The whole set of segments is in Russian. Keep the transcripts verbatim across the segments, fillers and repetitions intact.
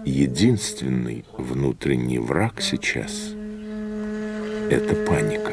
единственный внутренний враг сейчас — это паника.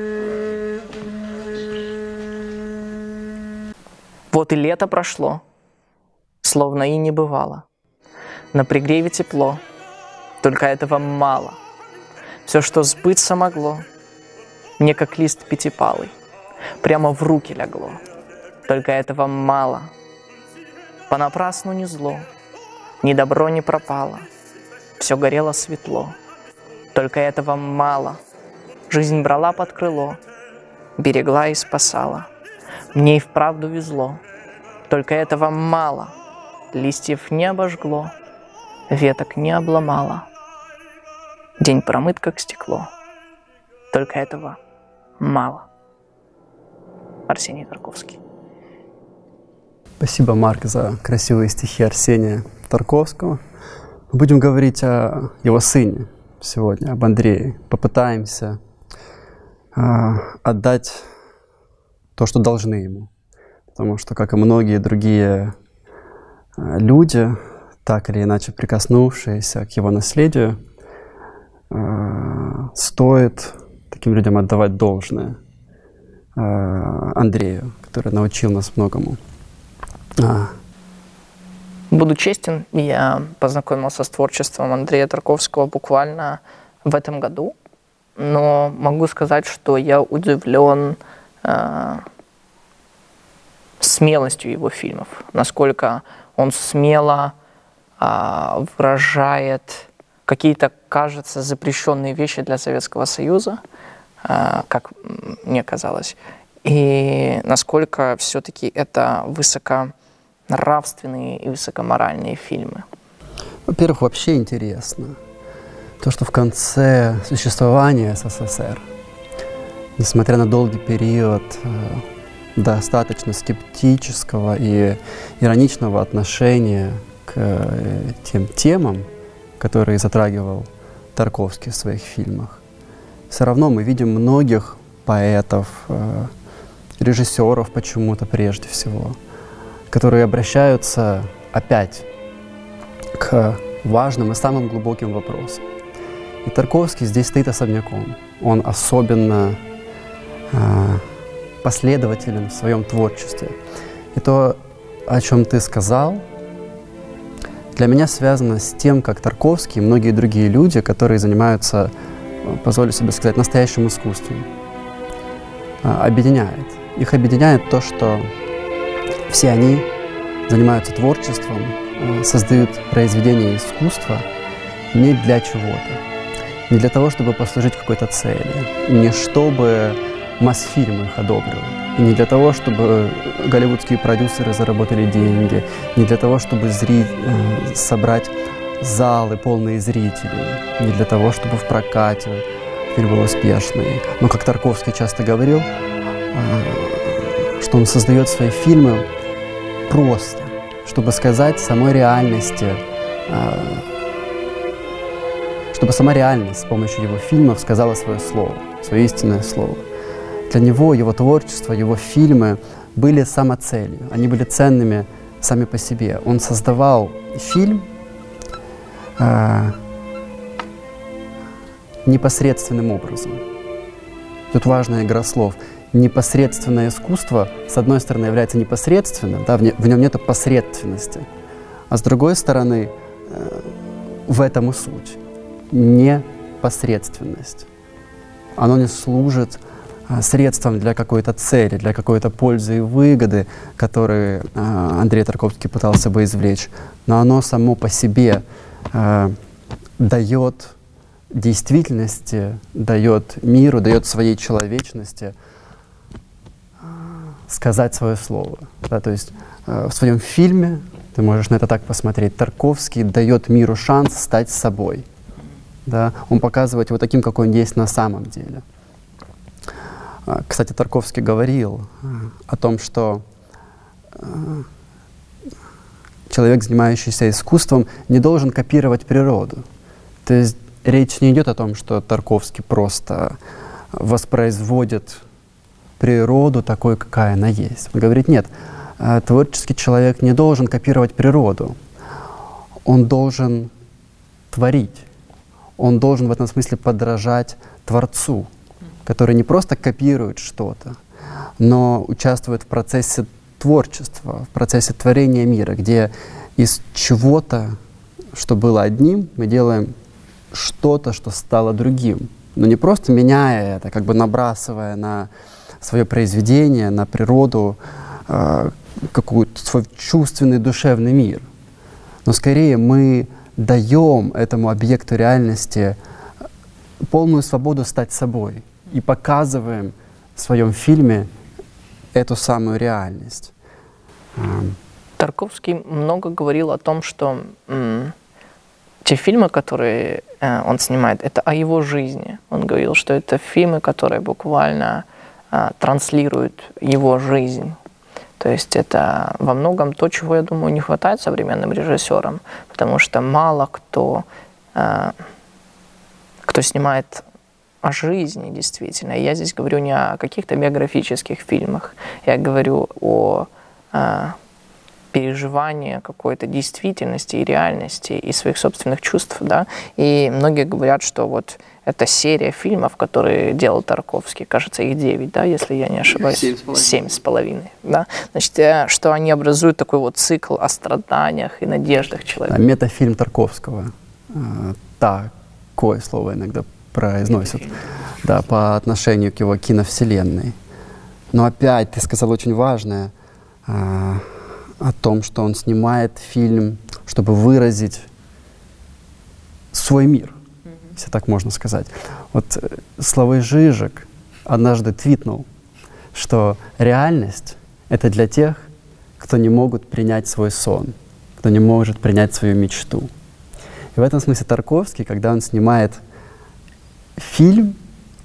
Вот и лето прошло, словно и не бывало. На пригреве тепло, только этого мало. Все, что сбыться могло, мне как лист пятипалый, прямо в руки лягло. Только этого мало. Понапрасну не зло, ни добро не пропало. Все горело светло, только этого мало. Жизнь брала под крыло, берегла и спасала. Мне и вправду везло, только этого мало. Листьев не обожгло, веток не обломало. День промыт, как стекло, только этого мало. Арсений Тарковский. Спасибо, Марк, за красивые стихи Арсения Тарковского. Мы будем говорить о его сыне сегодня, об Андрее. Попытаемся э, отдать то, что должны ему. Потому что, как и многие другие э, люди, так или иначе прикоснувшиеся к его наследию, э, стоит таким людям отдавать должное э, Андрею, который научил нас многому. А. Буду честен, я познакомился с творчеством Андрея Тарковского буквально в этом году, но могу сказать, что я удивлен э, смелостью его фильмов, насколько он смело э, выражает какие-то, кажется, запрещенные вещи для Советского Союза, э, как мне казалось, и насколько все-таки это высоконравственные и высокоморальные фильмы. Во-первых, вообще интересно то, что в конце существования СССР, несмотря на долгий период э, достаточно скептического и ироничного отношения к э, тем темам, которые затрагивал Тарковский в своих фильмах, все равно мы видим многих поэтов, э, режиссеров почему-то прежде всего, которые обращаются опять к важным и самым глубоким вопросам. И Тарковский здесь стоит особняком. Он особенно э, последователен в своем творчестве. И то, о чем ты сказал, для меня связано с тем, как Тарковский и многие другие люди, которые занимаются, позволю себе сказать, настоящим искусством, э, объединяет. Их объединяет то, что все они занимаются творчеством, э, создают произведения искусства не для чего-то, не для того, чтобы послужить какой-то цели, не чтобы Мосфильм их одобрил, и не для того, чтобы голливудские продюсеры заработали деньги, не для того, чтобы зри... э, собрать залы, полные зрителей, не для того, чтобы в прокате фильм был успешный. Но, как Тарковский часто говорил, что он создает свои фильмы просто, чтобы сказать самой реальности, чтобы сама реальность с помощью его фильмов сказала свое слово, свое истинное слово. Для него его творчество, его фильмы были самоцелью, они были ценными сами по себе. Он создавал фильм э, непосредственным образом. Тут важная игра слов. Непосредственное искусство, с одной стороны, является непосредственным, да, в, не, в нем нет посредственности, а с другой стороны, э, в этом и суть. Непосредственность. Оно не служит э, средством для какой-то цели, для какой-то пользы и выгоды, которые э, Андрей Тарковский пытался бы извлечь, но оно само по себе э, дает действительности, дает миру, дает своей человечности сказать свое слово. Да, то есть э, в своем фильме, ты можешь на это так посмотреть, Тарковский дает миру шанс стать собой. Да? Он показывает его таким, какой он есть на самом деле. Э, кстати, Тарковский говорил э, о том, что э, человек, занимающийся искусством, не должен копировать природу. То есть речь не идет о том, что Тарковский просто воспроизводит природу такой, какая она есть. Он говорит, нет, творческий человек не должен копировать природу. Он должен творить. Он должен в этом смысле подражать Творцу, который не просто копирует что-то, но участвует в процессе творчества, в процессе творения мира, где из чего-то, что было одним, мы делаем что-то, что стало другим. Но не просто меняя это, как бы набрасывая на свое произведение, на природу, э, какой-то свой чувственный, душевный мир. Но скорее мы даем этому объекту реальности полную свободу стать собой и показываем в своем фильме эту самую реальность. Тарковский много говорил о том, что м, те фильмы, которые э, он снимает, это о его жизни. Он говорил, что это фильмы, которые буквально э, транслируют его жизнь. То есть это во многом то, чего, я думаю, не хватает современным режиссерам, потому что мало кто, э, кто снимает о жизни действительно. И я здесь говорю не о каких-то биографических фильмах, я говорю о э, переживании какой-то действительности и реальности, и своих собственных чувств. Да? И многие говорят, что вот эта серия фильмов, которые делал Тарковский, кажется, их девять, да, если я не ошибаюсь. Семь с половиной. Да? Значит, что они образуют такой вот цикл о страданиях и надеждах человека. Метафильм Тарковского. Такое слово иногда произносят, да, по отношению к его киновселенной. Но опять ты сказал очень важное а, о том, что он снимает фильм, чтобы выразить свой мир, mm-hmm. если так можно сказать. Вот Славой Жижик однажды твитнул, что реальность — это для тех, кто не могут принять свой сон, кто не может принять свою мечту. И в этом смысле Тарковский, когда он снимает фильм,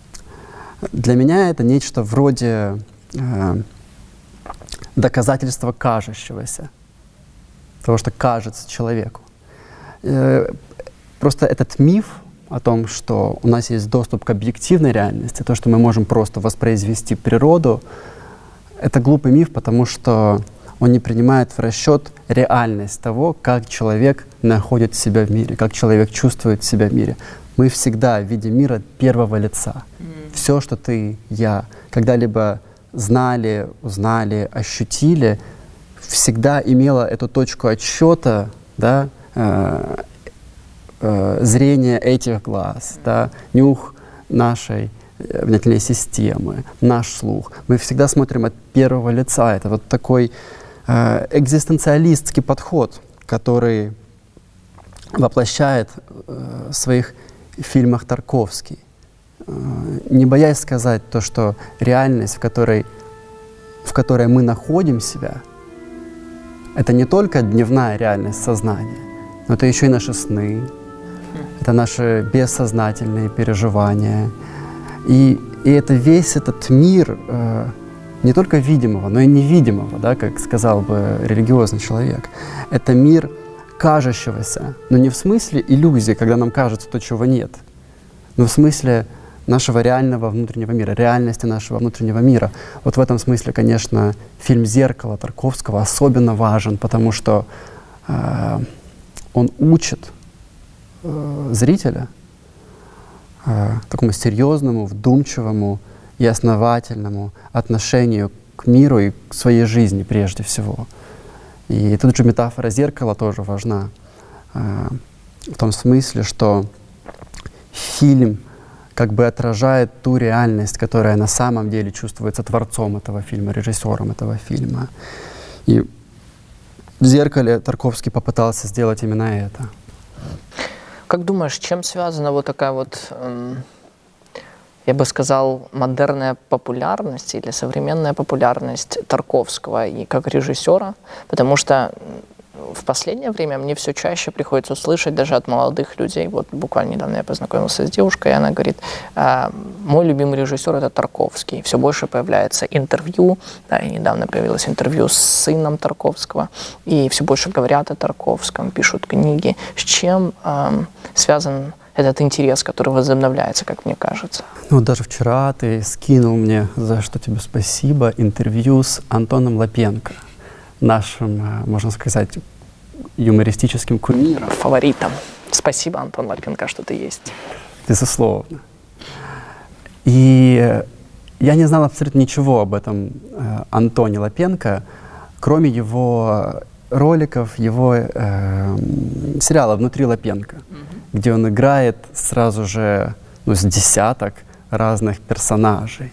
для меня это нечто вроде э, доказательства кажущегося, того, что кажется человеку. Э, просто этот миф о том, что у нас есть доступ к объективной реальности, то, что мы можем просто воспроизвести природу, это глупый миф, потому что он не принимает в расчет реальность того, как человек находит себя в мире, как человек чувствует себя в мире. Мы всегда видим мир от первого лица. Mm. Все, что ты, я, когда-либо знали, узнали, ощутили, всегда имело эту точку отсчета, да, э, э, зрение этих глаз, mm. да, нюх нашей обонятельной системы, наш слух. Мы всегда смотрим от первого лица. Это вот такой э, экзистенциалистский подход, который воплощает э, в своих фильмах Тарковский, э, не боясь сказать то, что реальность, в которой, в которой мы находим себя, это не только дневная реальность сознания, но это еще и наши сны, это наши бессознательные переживания. И, и это весь этот мир э, не только видимого, но и невидимого, да, как сказал бы религиозный человек. Это мир кажущегося, но не в смысле иллюзии, когда нам кажется то, чего нет, но в смысле нашего реального внутреннего мира, реальности нашего внутреннего мира. Вот в этом смысле, конечно, фильм «Зеркало» Тарковского особенно важен, потому что э, он учит э, зрителя э, такому серьезному, вдумчивому и основательному отношению к миру и к своей жизни прежде всего. И тут же метафора зеркала тоже важна, э, в том смысле, что фильм как бы отражает ту реальность, которая на самом деле чувствуется творцом этого фильма, режиссером этого фильма. И в «Зеркале» Тарковский попытался сделать именно это. Как думаешь, с чем связана вот такая вот, эм, я бы сказал, модерная популярность или современная популярность Тарковского и как режиссера? Потому что в последнее время мне все чаще приходится услышать даже от молодых людей. Вот буквально недавно я познакомился с девушкой, и она говорит: мой любимый режиссер — это Тарковский. Все больше появляется интервью, да, и недавно появилось интервью с сыном Тарковского, и все больше говорят о Тарковском, пишут книги. С чем э, связан этот интерес, который возобновляется, как мне кажется? Ну, даже вчера ты скинул мне, за что тебе спасибо, интервью с Антоном Лапенко, нашим, можно сказать, юмористическим кумиром. Фаворитом. Спасибо, Антон Лапенко, что ты есть. Безусловно. И я не знал абсолютно ничего об этом э, Антоне Лапенко, кроме его роликов, его э, сериала «Внутри Лапенко», mm-hmm. где он играет сразу же ну, с десяток разных персонажей.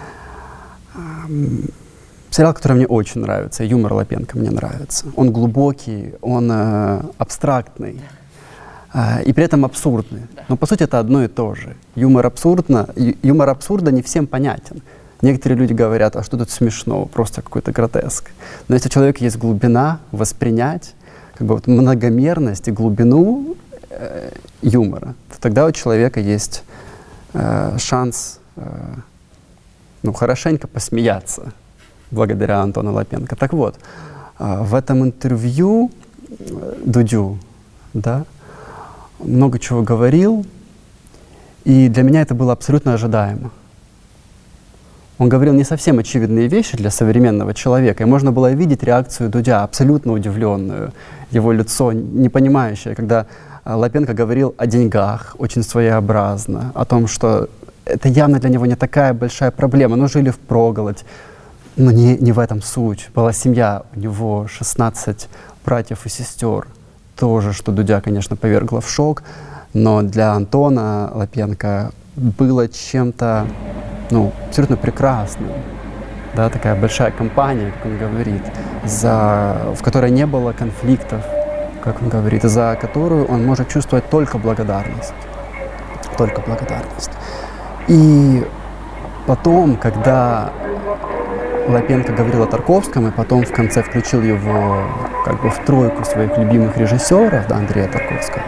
Эм, сериал, который мне очень нравится, юмор Лапенко мне нравится. Он глубокий, он э, абстрактный. И при этом абсурдный. Но по сути это одно и то же. Юмор абсурдно, юмор абсурда не всем понятен. Некоторые люди говорят, а что тут смешного, просто какой-то гротеск. Но если у человека есть глубина, воспринять как бы вот многомерность и глубину э, юмора, то тогда у человека есть э, шанс э, ну, хорошенько посмеяться благодаря Антону Лапенко. Так вот, э, в этом интервью э, Дудю, да, много чего говорил, и для меня это было абсолютно ожидаемо. Он говорил не совсем очевидные вещи для современного человека, и можно было видеть реакцию Дудя, абсолютно удивленную, его лицо непонимающее, когда Лапенко говорил о деньгах очень своеобразно, о том, что это явно для него не такая большая проблема, ну жили впроголодь, но не, не в этом суть. Была семья, у него шестнадцать братьев и сестер, тоже, что Дудя, конечно, повергло в шок, но для Антона Лапенко было чем-то, ну, абсолютно прекрасным. Да, такая большая компания, как он говорит, за, в которой не было конфликтов, как он говорит, за которую он может чувствовать только благодарность. Только благодарность. И потом, когда Лапенко говорил о Тарковском, и потом в конце включил его как бы в тройку своих любимых режиссеров, да, Андрея Тарковского,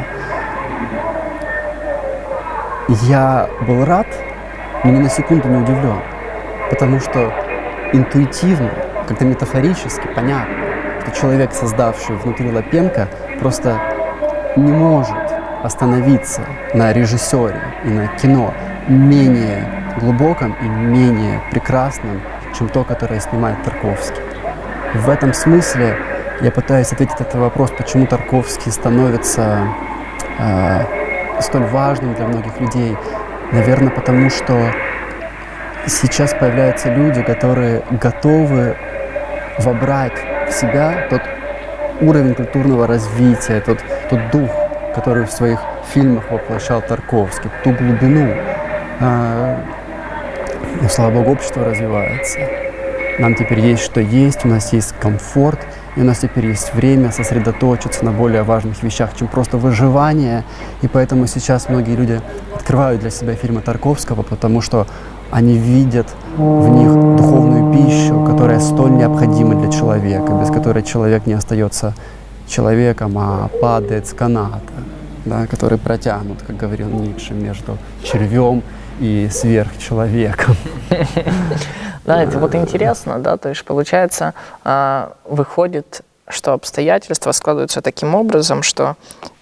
я был рад, но ни на секунду не удивлен, потому что интуитивно, как-то метафорически понятно, что человек, создавший «Внутри Лапенко», просто не может остановиться на режиссере и на кино менее глубоком и менее прекрасном, чем то, которое снимает Тарковский. В этом смысле я пытаюсь ответить на этот вопрос, почему Тарковский становится э, столь важным для многих людей. Наверное, потому что сейчас появляются люди, которые готовы вобрать в себя тот уровень культурного развития, тот, тот дух, который в своих фильмах воплощал Тарковский, ту глубину. Э, Ну, слава богу, общество развивается. Нам теперь есть что есть, у нас есть комфорт, и у нас теперь есть время сосредоточиться на более важных вещах, чем просто выживание. И поэтому сейчас многие люди открывают для себя фильмы Тарковского, потому что они видят в них духовную пищу, которая столь необходима для человека, без которой человек не остается человеком, а падает с каната, да, который протянут, как говорил Ницше, между червем и сверхчеловеком. Да, это вот интересно, да, то есть получается, выходит, что обстоятельства складываются таким образом, что,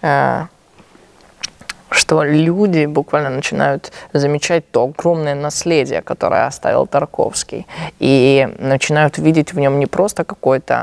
что люди буквально начинают замечать то огромное наследие, которое оставил Тарковский, и начинают видеть в нем не просто какой-то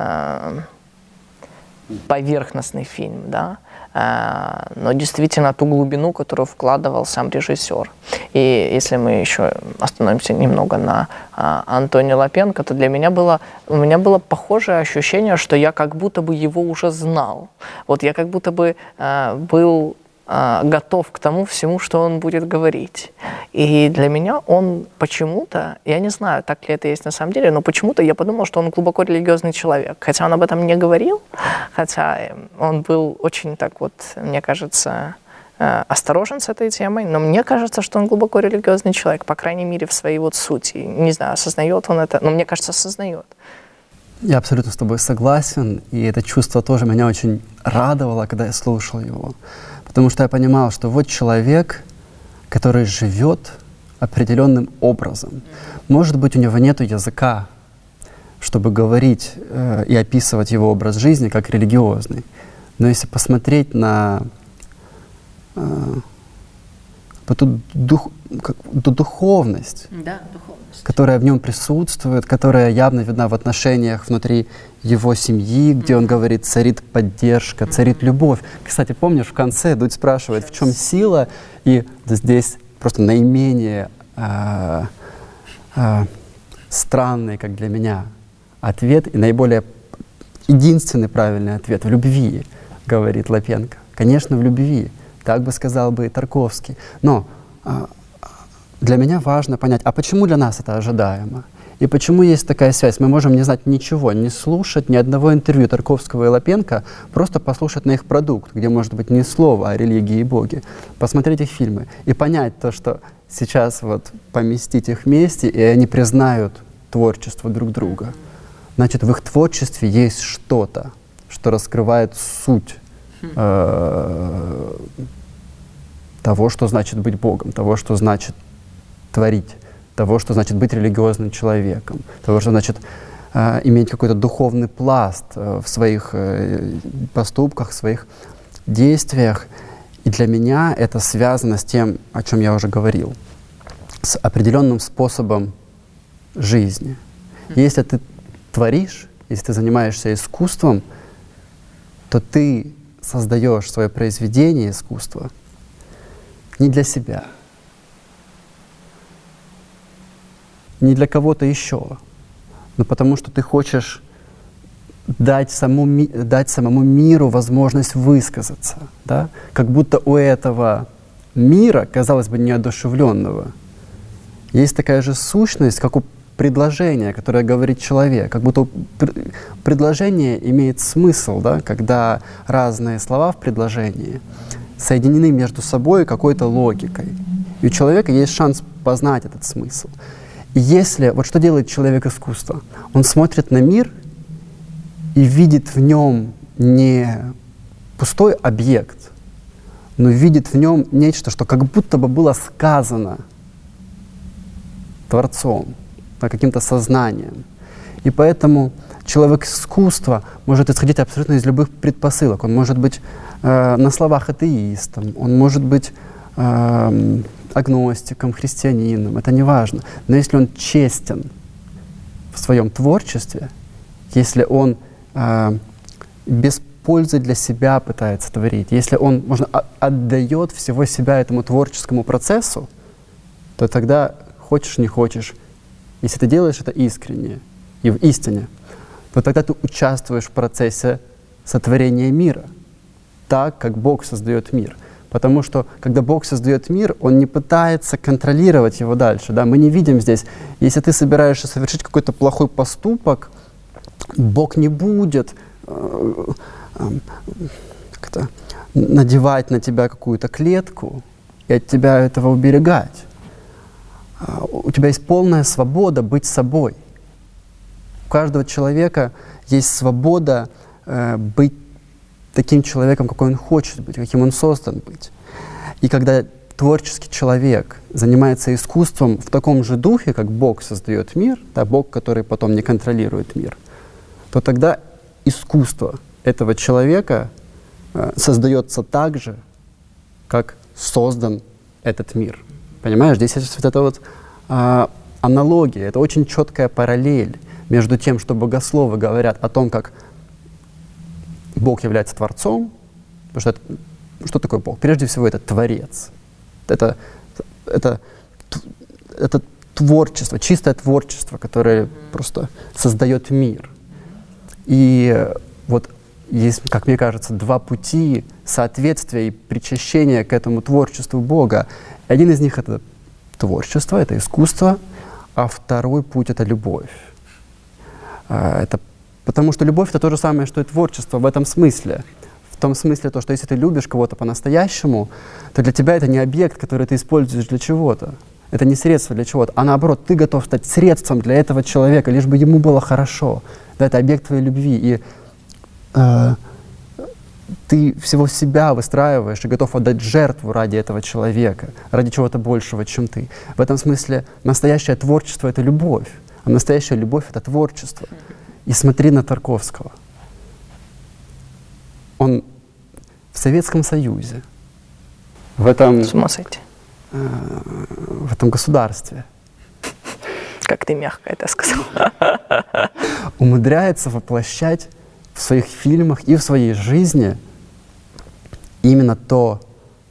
поверхностный фильм, да, но действительно ту глубину, которую вкладывал сам режиссер. И если мы еще остановимся немного на а, Антоне Лапенко, то для меня было, у меня было похожее ощущение, что я как будто бы его уже знал. Вот я как будто бы а, был а, готов к тому всему, что он будет говорить. И для меня он почему-то, я не знаю, так ли это есть на самом деле, но почему-то я подумал, что он глубоко религиозный человек. Хотя он об этом не говорил, хотя он был очень так вот, мне кажется, осторожен с этой темой, но мне кажется, что он глубоко религиозный человек, по крайней мере, в своей вот сути. Не знаю, осознает он это, но мне кажется, осознает. Я абсолютно с тобой согласен, и это чувство тоже меня очень радовало, когда я слушал его. Потому что я понимал, что вот человек, который живет определенным образом. Может быть, у него нет языка, чтобы говорить э, и описывать его образ жизни как религиозный. Но если посмотреть на э, ту, дух, как, ту духовность, да, духовность, которая в нем присутствует, которая явно видна в отношениях внутри его семьи, где он говорит, царит поддержка, царит любовь. Кстати, помнишь, в конце Дудь спрашивает, в чем сила, и здесь просто наименее э, э, странный, как для меня, ответ, и наиболее единственный правильный ответ — в любви, говорит Лапенко. Конечно, в любви, так бы сказал бы и Тарковский. Но э, для меня важно понять, а почему для нас это ожидаемо? И почему есть такая связь? Мы можем не знать ничего, не слушать ни одного интервью Тарковского и Лапенко, просто послушать на их продукт, где может быть ни слова о религии и Боге, посмотреть их фильмы и понять то, что сейчас вот поместить их вместе, и они признают творчество друг друга. Значит, в их творчестве есть что-то, что раскрывает суть э, того, что значит быть Богом, того, что значит творить, того, что значит быть религиозным человеком, того, что значит э, иметь какой-то духовный пласт э, в своих э, поступках, в своих действиях. И для меня это связано с тем, о чем я уже говорил, с определенным способом жизни. Если ты творишь, если ты занимаешься искусством, то ты создаешь свое произведение искусства не для себя, не для кого-то еще, но потому что ты хочешь дать, саму, дать самому миру возможность высказаться. Да? Как будто у этого мира, казалось бы, неодушевленного, есть такая же сущность, как у предложения, которое говорит человек. Как будто предложение имеет смысл, да? Когда разные слова в предложении соединены между собой какой-то логикой. И у человека есть шанс познать этот смысл. И если, вот что делает человек искусства? Он смотрит на мир и видит в нем не пустой объект, но видит в нем нечто, что как будто бы было сказано Творцом, каким-то сознанием. И поэтому человек искусства может исходить абсолютно из любых предпосылок. Он может быть э, на словах атеистом, он может быть э, агностиком, христианином, это не важно. Но если он честен в своем творчестве, если он э, без пользы для себя пытается творить, если он, можно, отдает всего себя этому творческому процессу, то тогда, хочешь не хочешь, если ты делаешь это искренне и в истине, то тогда ты участвуешь в процессе сотворения мира, так, как Бог создает мир. Потому что, когда Бог создает мир, Он не пытается контролировать его дальше. Да? Мы не видим здесь, если ты собираешься совершить какой-то плохой поступок, Бог не будет э, э, как-то надевать на тебя какую-то клетку и от тебя этого уберегать. Uh, у тебя есть полная свобода быть собой. У каждого человека есть свобода э, быть таким человеком, какой он хочет быть, каким он создан быть. И когда творческий человек занимается искусством в таком же духе, как Бог создает мир, да, Бог, который потом не контролирует мир, то тогда искусство этого человека э, создается так же, как создан этот мир. Понимаешь, здесь есть вот эта вот э, аналогия, это очень четкая параллель между тем, что богословы говорят о том, как Бог является Творцом, потому что это, что такое Бог? Прежде всего, это Творец. Это, это, это творчество, чистое творчество, которое просто создает мир. И вот есть, как мне кажется, два пути соответствия и причащения к этому творчеству Бога. Один из них — это творчество, это искусство, а второй путь — это любовь. Это потому что любовь — это то же самое, что и творчество в этом смысле. В том смысле, то, что если ты любишь кого-то по-настоящему, то для тебя это не объект, который ты используешь для чего-то. Это не средство для чего-то, а наоборот, ты готов стать средством для этого человека, лишь бы ему было хорошо. Да, это объект твоей любви. И э, ты всего себя выстраиваешь и готов отдать жертву ради этого человека, ради чего-то большего, чем ты. В этом смысле настоящее творчество — это любовь, а настоящая любовь — это творчество. И смотри на Тарковского. Он в Советском Союзе, в этом, С ума сойти. э, в этом государстве, Как ты мягко это сказал. Умудряется воплощать в своих фильмах и в своей жизни именно то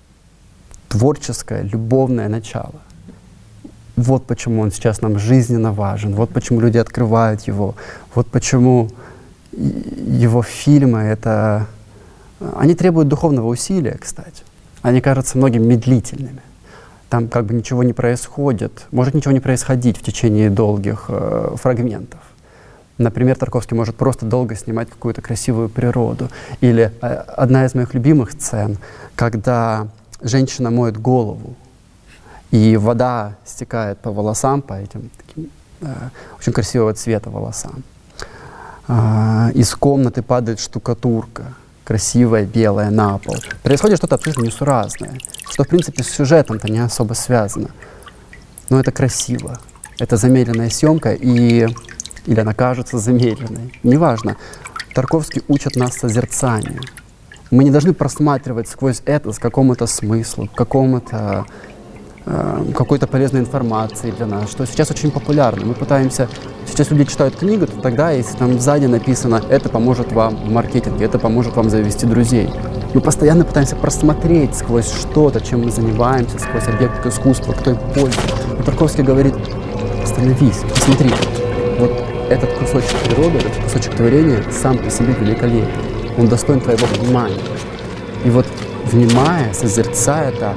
творческое, любовное начало. Вот почему он сейчас нам жизненно важен, вот почему люди открывают его, вот почему его фильмы — это... Они требуют духовного усилия, кстати. Они кажутся многим медлительными. Там как бы ничего не происходит, может ничего не происходить в течение долгих э, фрагментов. Например, Тарковский может просто долго снимать какую-то красивую природу. Или э, одна из моих любимых сцен, когда женщина моет голову, и вода стекает по волосам, по этим таким, э, очень красивого цвета волосам. Э, из комнаты падает штукатурка, красивая, белая, на пол. Происходит что-то абсолютно несуразное, что, в принципе, с сюжетом-то не особо связано. Но это красиво. Это замедленная съемка, и... или она кажется замедленной. Неважно. Тарковский учит нас созерцанию. Мы не должны просматривать сквозь это с какому-то смыслу, какому-то, э, какой-то полезной информации для нас, что сейчас очень популярно. Мы пытаемся... Сейчас люди читают книгу, то тогда, если там сзади написано «это поможет вам в маркетинге», «это поможет вам завести друзей», мы постоянно пытаемся просмотреть сквозь что-то, чем мы занимаемся, сквозь объект искусства, кто им пользуется. И Тарковский говорит: остановись, посмотри, вот этот кусочек природы, этот кусочек творения сам по себе великолепен. Он достоин твоего внимания. И вот, внимая, созерцая так,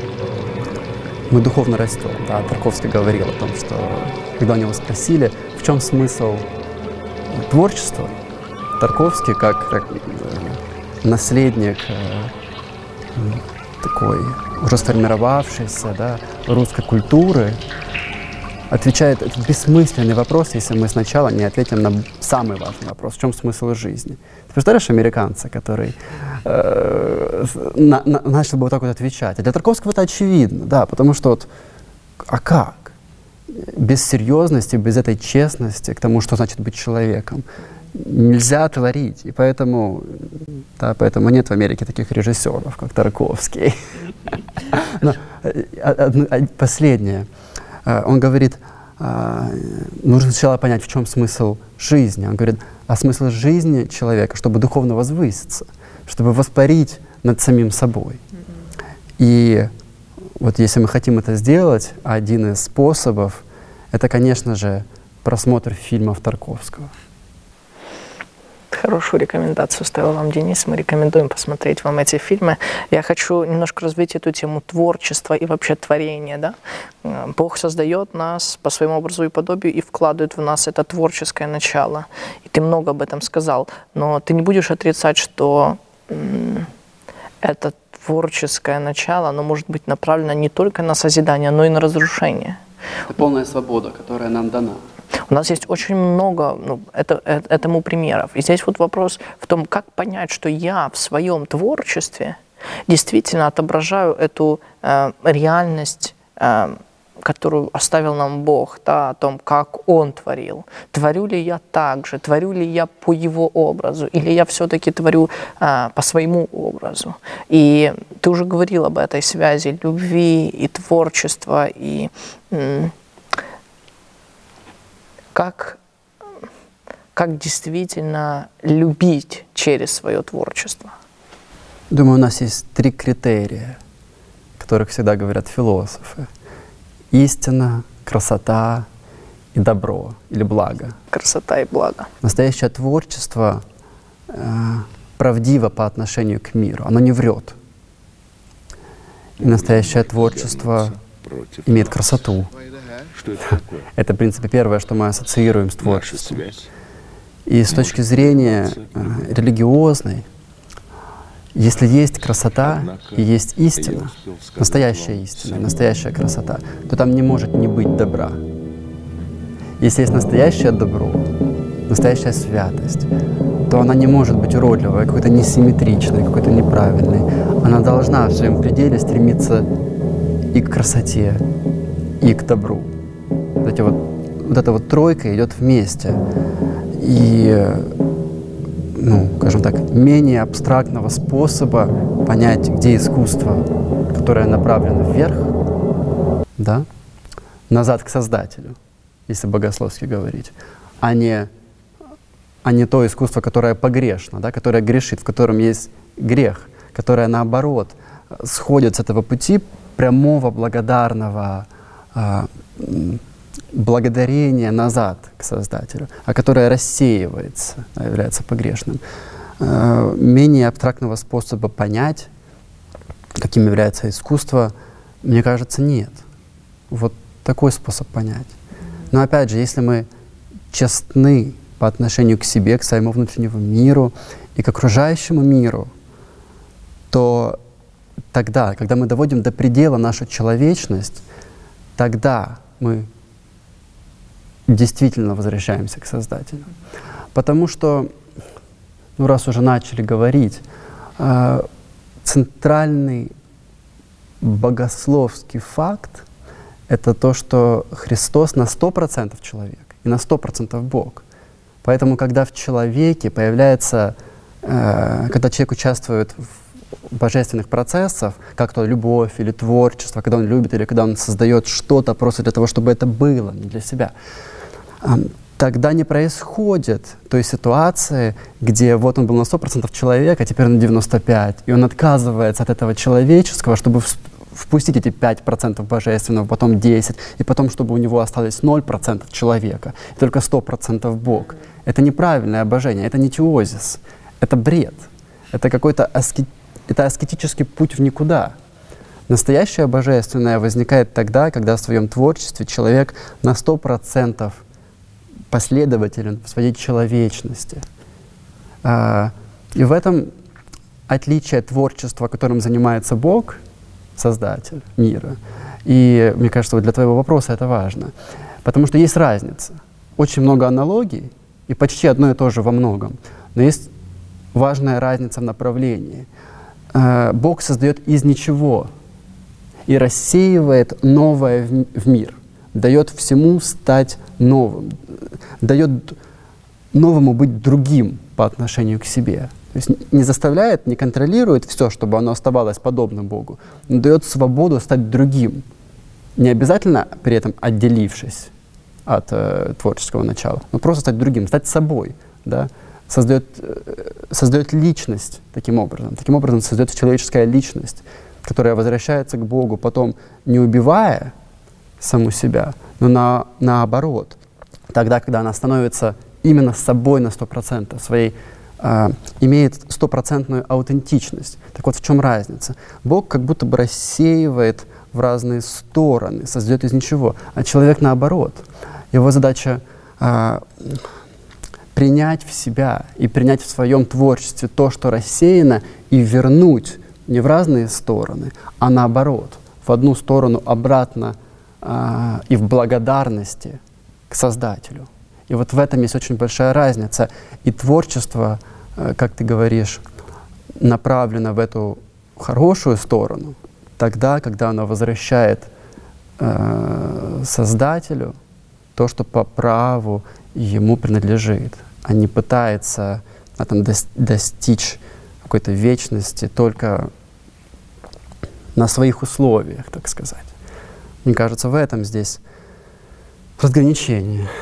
мы духовно растем. Да, Тарковский говорил о том, что когда у него спросили, в чем смысл творчества, Тарковский, как, как наследник э, такой уже сформировавшейся, да, русской культуры, отвечает этот бессмысленный вопрос, если мы сначала не ответим на самый важный вопрос: в чем смысл жизни. Ты представляешь американца, который э, на, на, начал бы вот так вот отвечать? А для Тарковского это очевидно, да, потому что вот, а как? Без серьезности, без этой честности к тому, что значит быть человеком, нельзя творить. И поэтому, да, поэтому нет в Америке таких режиссеров, как Тарковский. Но, последнее. Он говорит, нужно сначала понять, в чем смысл жизни. Он говорит, а смысл жизни человека, чтобы духовно возвыситься, чтобы воспарить над самим собой. И вот если мы хотим это сделать, один из способов — это, конечно же, просмотр фильмов Тарковского. Хорошую рекомендацию оставил вам Денис. Мы рекомендуем посмотреть вам эти фильмы. Я хочу немножко развить эту тему творчества и вообще творения. Да? Бог создает нас по своему образу и подобию и вкладывает в нас это творческое начало. И ты много об этом сказал. Но ты не будешь отрицать, что м- это творческое начало, оно может быть направлено не только на созидание, но и на разрушение. Это полная свобода, которая нам дана. У нас есть очень много ну, это, это, этому примеров. И здесь вот вопрос в том, как понять, что я в своем творчестве действительно отображаю эту э, реальность, э, которую оставил нам Бог, да, о том, как Он творил. Творю ли я так же, творю ли я по Его образу, или я все-таки творю э, по своему образу. И ты уже говорил об этой связи любви и творчества, и... М- Как, как действительно любить через свое творчество? Думаю, у нас есть три критерия, о которых всегда говорят философы. Истина, красота и добро, или благо. Красота и благо. Настоящее творчество э, правдиво по отношению к миру, оно не врет. И настоящее творчество имеет красоту. Что это такое? Это, в принципе, первое, что мы ассоциируем с творчеством. И с точки зрения э, религиозной, если есть красота и есть истина, настоящая истина, настоящая красота, то там не может не быть добра. Если есть настоящее добро, настоящая святость, то она не может быть уродливой, какой-то несимметричной, какой-то неправильной. Она должна в своем пределе стремиться и к красоте, и к добру. Вот, эти вот, вот эта вот тройка идет вместе. И, ну, скажем так, менее абстрактного способа понять, где искусство, которое направлено вверх, да, назад к Создателю, если богословски говорить, а не, а не то искусство, которое погрешно, да, которое грешит, в котором есть грех, которое, наоборот, сходит с этого пути прямого благодарного а, благодарения назад к Создателю, а которое рассеивается, является погрешным. А, менее абстрактного способа понять, каким является искусство, мне кажется, нет. Вот такой способ понять. Но опять же, если мы честны по отношению к себе, к своему внутреннему миру и к окружающему миру, то тогда, когда мы доводим до предела нашу человечность, тогда мы действительно возвращаемся к Создателю. Потому что, ну раз уже начали говорить, э, центральный богословский факт — это то, что Христос на сто процентов человек и на сто процентов Бог. Поэтому, когда в человеке появляется, э, когда человек участвует в божественных процессов, как то любовь или творчество, когда он любит или когда он создает что-то просто для того, чтобы это было, не для себя, э, тогда не происходит той ситуации, где вот он был на сто процентов человек, а теперь на девяносто пять процентов, и он отказывается от этого человеческого, чтобы впустить эти пять процентов божественного, потом десять процентов, и потом, чтобы у него осталось ноль процентов человека, и только сто процентов Бог. Это неправильное обожение, это не теозис, это бред, это какой-то аскет, это аскетический путь в никуда. Настоящее божественное возникает тогда, когда в своем творчестве человек на сто процентов последователен в своей человечности. А, и в этом отличие творчества, которым занимается Бог, Создатель мира. И мне кажется, вот для твоего вопроса это важно. Потому что есть разница. Очень много аналогий, и почти одно и то же во многом. Но есть важная разница в направлении. А, Бог создает из ничего и рассеивает новое в, в мир. Дает всему стать новым, дает новому быть другим по отношению к себе. То есть не заставляет, не контролирует все, чтобы оно оставалось подобным Богу, но дает свободу стать другим, не обязательно при этом отделившись от э, творческого начала, но просто стать другим, стать собой, да? создает, э, создает личность таким образом. Таким образом создает человеческая личность, которая возвращается к Богу, потом не убивая саму себя, но на, наоборот, тогда, когда она становится именно собой на сто процентов, своей, э, имеет стопроцентную аутентичность. Так вот, в чем разница? Бог как будто бы рассеивает в разные стороны, создает из ничего, а человек наоборот. Его задача э, принять в себя и принять в своем творчестве то, что рассеяно, и вернуть не в разные стороны, а наоборот, в одну сторону обратно э, и в благодарности к Создателю. И вот в этом есть очень большая разница. И творчество, э, как ты говоришь, направлено в эту хорошую сторону, тогда, когда оно возвращает э, Создателю то, что по праву ему принадлежит, а не пытается а, там, дос- достичь какой-то вечности только на своих условиях, так сказать. Мне кажется, в этом здесь разграничение.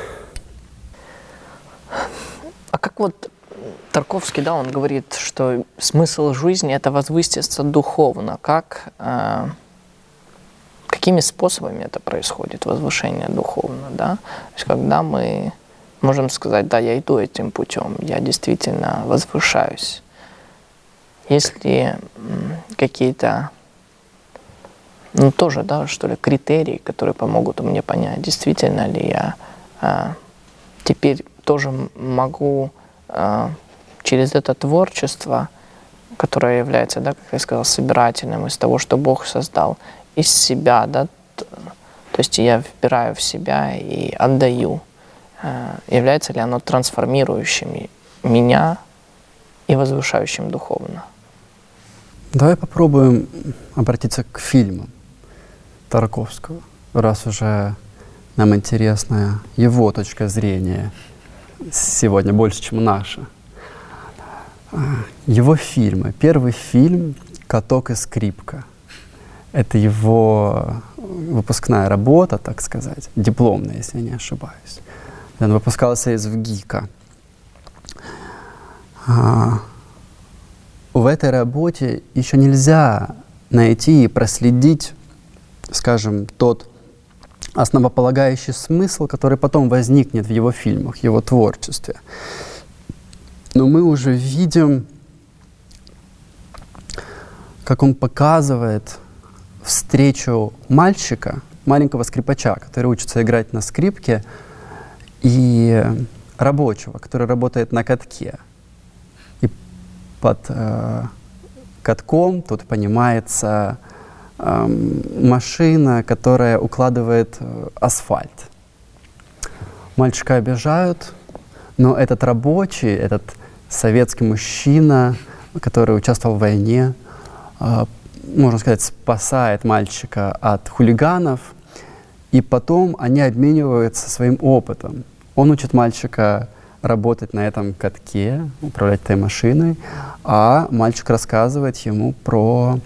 А как вот Тарковский, да, он говорит, что смысл жизни — это возвыситься духовно. Как, э, какими способами это происходит, возвышение духовно, да? То есть когда мы можем сказать, да, я иду этим путем, я действительно возвышаюсь. Есть ли какие-то, ну тоже, да, что ли, критерии, которые помогут мне понять, действительно ли я э, теперь тоже могу э, через это творчество, которое является, да, как я сказал, собирательным из того, что Бог создал, из себя, да, то, то есть я вбираю в себя и отдаю, э, является ли оно трансформирующим меня и возвышающим духовно? Давай попробуем обратиться к фильмам Тарковского, раз уже нам интересна его точка зрения сегодня больше, чем наша. Его фильмы. Первый фильм «Каток и скрипка». Это его выпускная работа, так сказать, дипломная, если я не ошибаюсь. Он выпускался из ВГИКа. А, в этой работе еще нельзя найти и проследить, скажем, тот основополагающий смысл, который потом возникнет в его фильмах, его творчестве. Но мы уже видим, как он показывает встречу мальчика, маленького скрипача, который учится играть на скрипке, и рабочего, который работает на катке. И под э, катком тут понимается э, машина, которая укладывает э, асфальт. Мальчика обижают, но этот рабочий, этот советский мужчина, который участвовал в войне, э, можно сказать, спасает мальчика от хулиганов, и потом они обмениваются своим опытом. Он учит мальчика работать на этом катке, управлять этой машиной, а мальчик рассказывает ему про,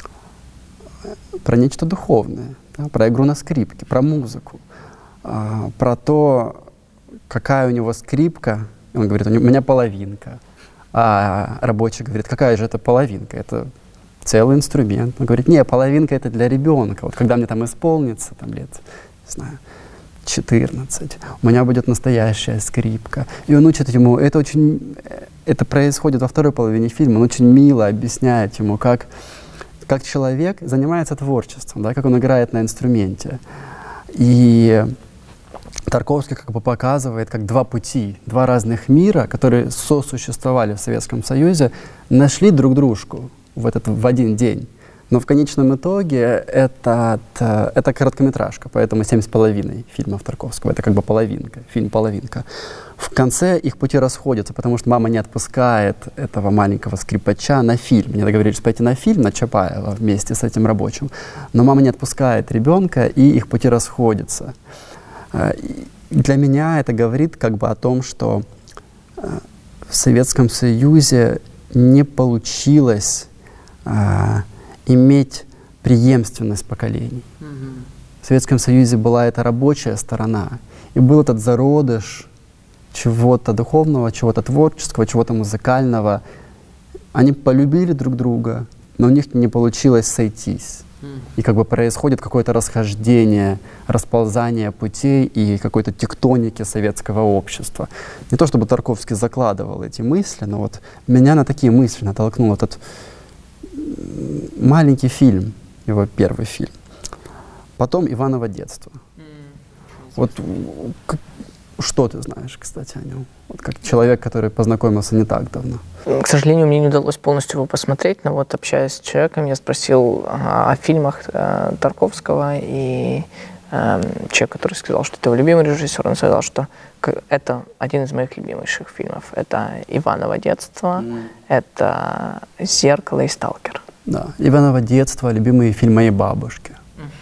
про нечто духовное, да, про игру на скрипке, про музыку, а, про то, какая у него скрипка. Он говорит, у меня половинка. А рабочий говорит, какая же это половинка? Это целый инструмент. Он говорит, не, половинка это для ребенка. Вот когда мне там исполнится, там лет, не знаю, четырнадцать, у меня будет настоящая скрипка. И он учит ему, это очень, это происходит во второй половине фильма, он очень мило объясняет ему, как, как человек занимается творчеством, да, как он играет на инструменте. И Тарковский как бы показывает, как два пути, два разных мира, которые сосуществовали в Советском Союзе, нашли друг дружку в, этот, в один день. Но в конечном итоге это, это короткометражка, поэтому семь с половиной фильмов Тарковского. Это как бы половинка, фильм «Половинка». В конце их пути расходятся, потому что мама не отпускает этого маленького скрипача на фильм. Мне договорились пойти на фильм на Чапаева вместе с этим рабочим. Но мама не отпускает ребенка, и их пути расходятся. Для меня это говорит как бы о том, что в Советском Союзе не получилось а, иметь преемственность поколений. Mm-hmm. В Советском Союзе была эта рабочая сторона, и был этот зародыш чего-то духовного, чего-то творческого, чего-то музыкального. Они полюбили друг друга, но у них не получилось сойтись. Mm-hmm. И как бы происходит какое-то расхождение, расползание путей и какой-то тектоники советского общества. Не то чтобы Тарковский закладывал эти мысли, но вот меня на такие мысли натолкнул этот маленький фильм, его первый фильм. Потом «Иваново детство». Mm. Вот что ты знаешь, кстати, о нем? Вот как человек, который познакомился не так давно. К сожалению, мне не удалось полностью его посмотреть, но вот общаясь с человеком, я спросил о, о фильмах э, Тарковского, и э, человек, который сказал, что это его любимый режиссер, он сказал, что это один из моих любимейших фильмов. Это «Иваново детство», mm. это «Зеркало» и «Сталкер». Да, «Иваново детство» — любимый фильм моей бабушки.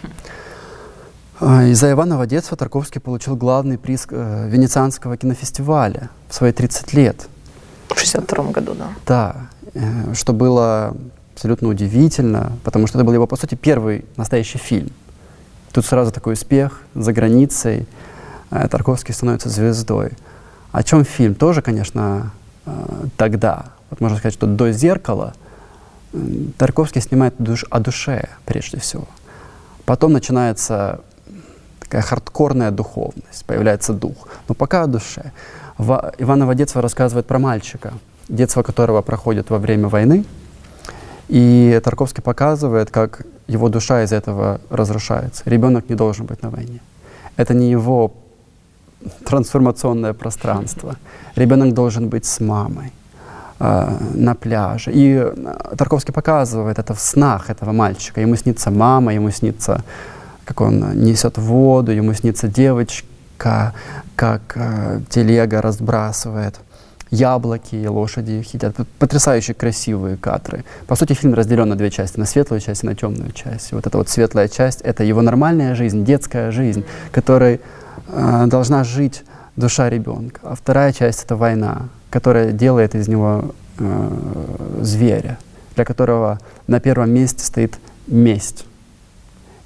Mm-hmm. Из-за «Иваново детства» Тарковский получил главный приз э, Венецианского кинофестиваля в свои тридцать лет. В шестьдесят втором году, да. Да, э, что было абсолютно удивительно, потому что это был его, по сути, первый настоящий фильм. Тут сразу такой успех за границей. Тарковский становится звездой. О чем фильм? Тоже, конечно, тогда. Вот можно сказать, что до «Зеркала» Тарковский снимает душ, о душе, прежде всего. Потом начинается такая хардкорная духовность, появляется дух. Но пока о душе. В «Иваново детство» рассказывает про мальчика, детство которого проходит во время войны. И Тарковский показывает, как его душа из этого разрушается. Ребенок не должен быть на войне. Это не его трансформационное пространство. Ребенок должен быть с мамой э, на пляже. И Тарковский показывает это в снах этого мальчика. Ему снится мама, ему снится, как он несет воду, ему снится девочка, как э, телега разбрасывает яблоки, и лошади их едят. Потрясающе красивые кадры. По сути, фильм разделен на две части, на светлую часть и на темную часть. И вот эта вот светлая часть — это его нормальная жизнь, детская жизнь, которой э, должна жить душа ребенка. А вторая часть — это война, которая делает из него э, зверя, для которого на первом месте стоит месть.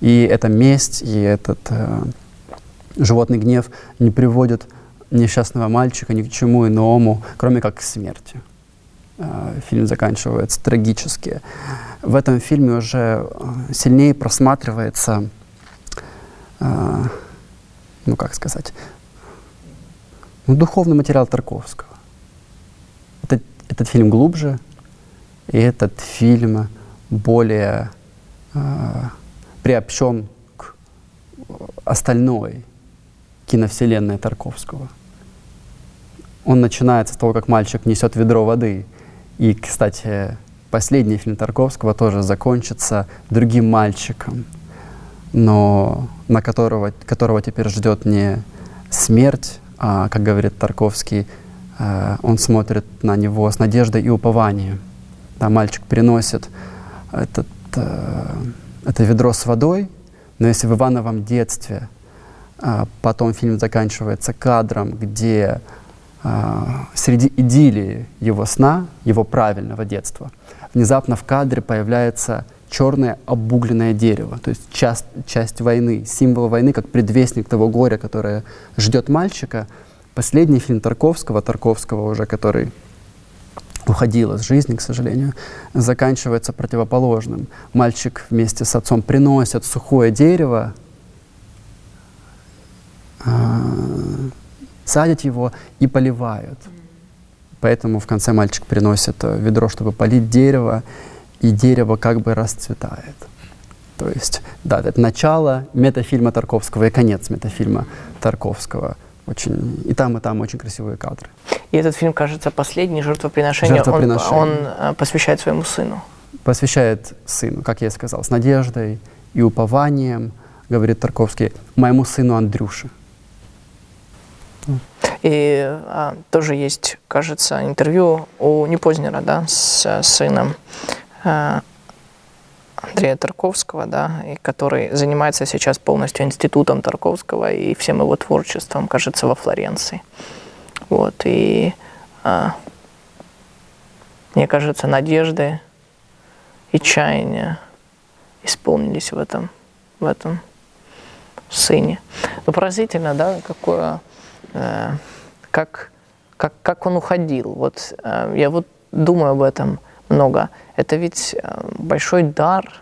И эта месть, и этот э, животный гнев не приводят несчастного мальчика ни к чему иному, кроме как к смерти. Э, фильм заканчивается трагически. В этом фильме уже сильнее просматривается, э, ну как сказать, ну, духовный материал Тарковского. Этот, этот фильм глубже, и этот фильм более э, приобщен к остальной киновселенной Тарковского. Он начинается с того, как мальчик несет ведро воды. И, кстати, последний фильм Тарковского тоже закончится другим мальчиком, но на которого, которого теперь ждет не смерть, а, как говорит Тарковский, э, он смотрит на него с надеждой и упованием. Там мальчик приносит этот, э, это ведро с водой, но если в Ивановом детстве э, потом фильм заканчивается кадром, где э, среди идиллии его сна, его правильного детства, внезапно в кадре появляется черное обугленное дерево, то есть часть, часть войны, символ войны, как предвестник того горя, которое ждет мальчика. Последний фильм Тарковского, Тарковского уже, который уходил из жизни, к сожалению, заканчивается противоположным. Мальчик вместе с отцом приносят сухое дерево, садят его и поливают. Поэтому в конце мальчик приносит ведро, чтобы полить дерево, и дерево как бы расцветает. То есть, да, это начало метафильма Тарковского и конец метафильма Тарковского. Очень, и там, и там очень красивые кадры. И этот фильм, кажется, последний, «Жертвоприношение», Жертвоприношение. Он, он посвящает своему сыну. Посвящает сыну, как я и сказал, с надеждой и упованием, говорит Тарковский, моему сыну Андрюше. И а, тоже есть, кажется, интервью у Непознера, да, с сыном а, Андрея Тарковского, да, и который занимается сейчас полностью институтом Тарковского и всем его творчеством, кажется, во Флоренции. Вот, и а, мне кажется, надежды и чаяния исполнились в этом, в этом сыне. Но поразительно, да, какое, э, как, как, как он уходил. Вот э, я вот думаю об этом много. Это ведь э, большой дар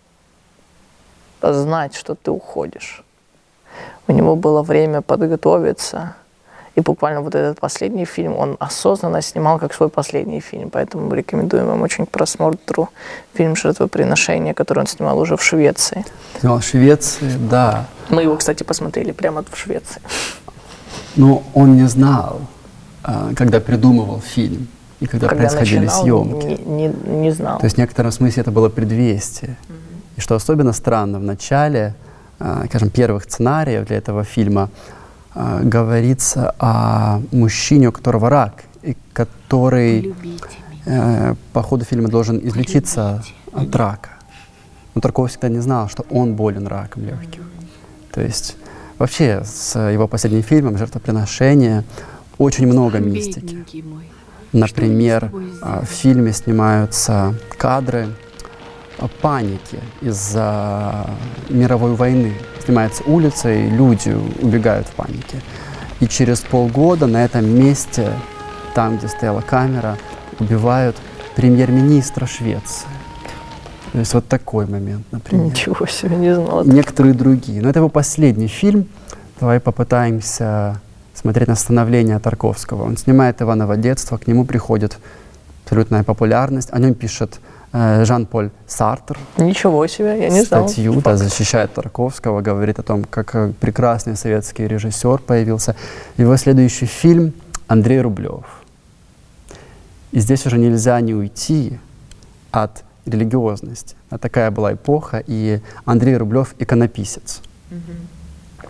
знать, что ты уходишь. У него было время подготовиться. И буквально вот этот последний фильм он осознанно снимал как свой последний фильм. Поэтому мы рекомендуем вам очень к просмотру фильм «Жертвоприношение», который он снимал уже в Швеции. Снимал в Швеции, да. Мы его, кстати, посмотрели прямо в Швеции. Но он не знал, когда придумывал фильм и когда, когда происходили начинал, съемки. Не, не, не знал. То есть в некотором смысле это было предвестие. Mm-hmm. И что особенно странно, в начале, скажем, первых сценариев для этого фильма говорится о мужчине, у которого рак, и который э, по ходу фильма должен излечиться Полюбите. От рака. Но Тарковский всегда не знал, что он болен раком легких. Mm-hmm. То есть вообще с его последним фильмом «Жертвоприношение» очень много мистики. Например, в фильме снимаются кадры паники из-за мировой войны. Снимается улица, и люди убегают в панике. И через полгода на этом месте, там, где стояла камера, убивают премьер-министра Швеции. То есть вот такой момент, например. Ничего себе, не знала. Некоторые другие. Но это его последний фильм. Давай попытаемся смотреть на становление Тарковского. Он снимает «Иваново детство», к нему приходит абсолютная популярность. О нем пишет э, Жан-Поль Сартр. Ничего себе, я не знал. Статью, да, защищает Тарковского, говорит о том, как прекрасный советский режиссер появился. Его следующий фильм «Андрей Рублев». И здесь уже нельзя не уйти от религиозности. А такая была эпоха, и Андрей Рублев — иконописец. Mm-hmm.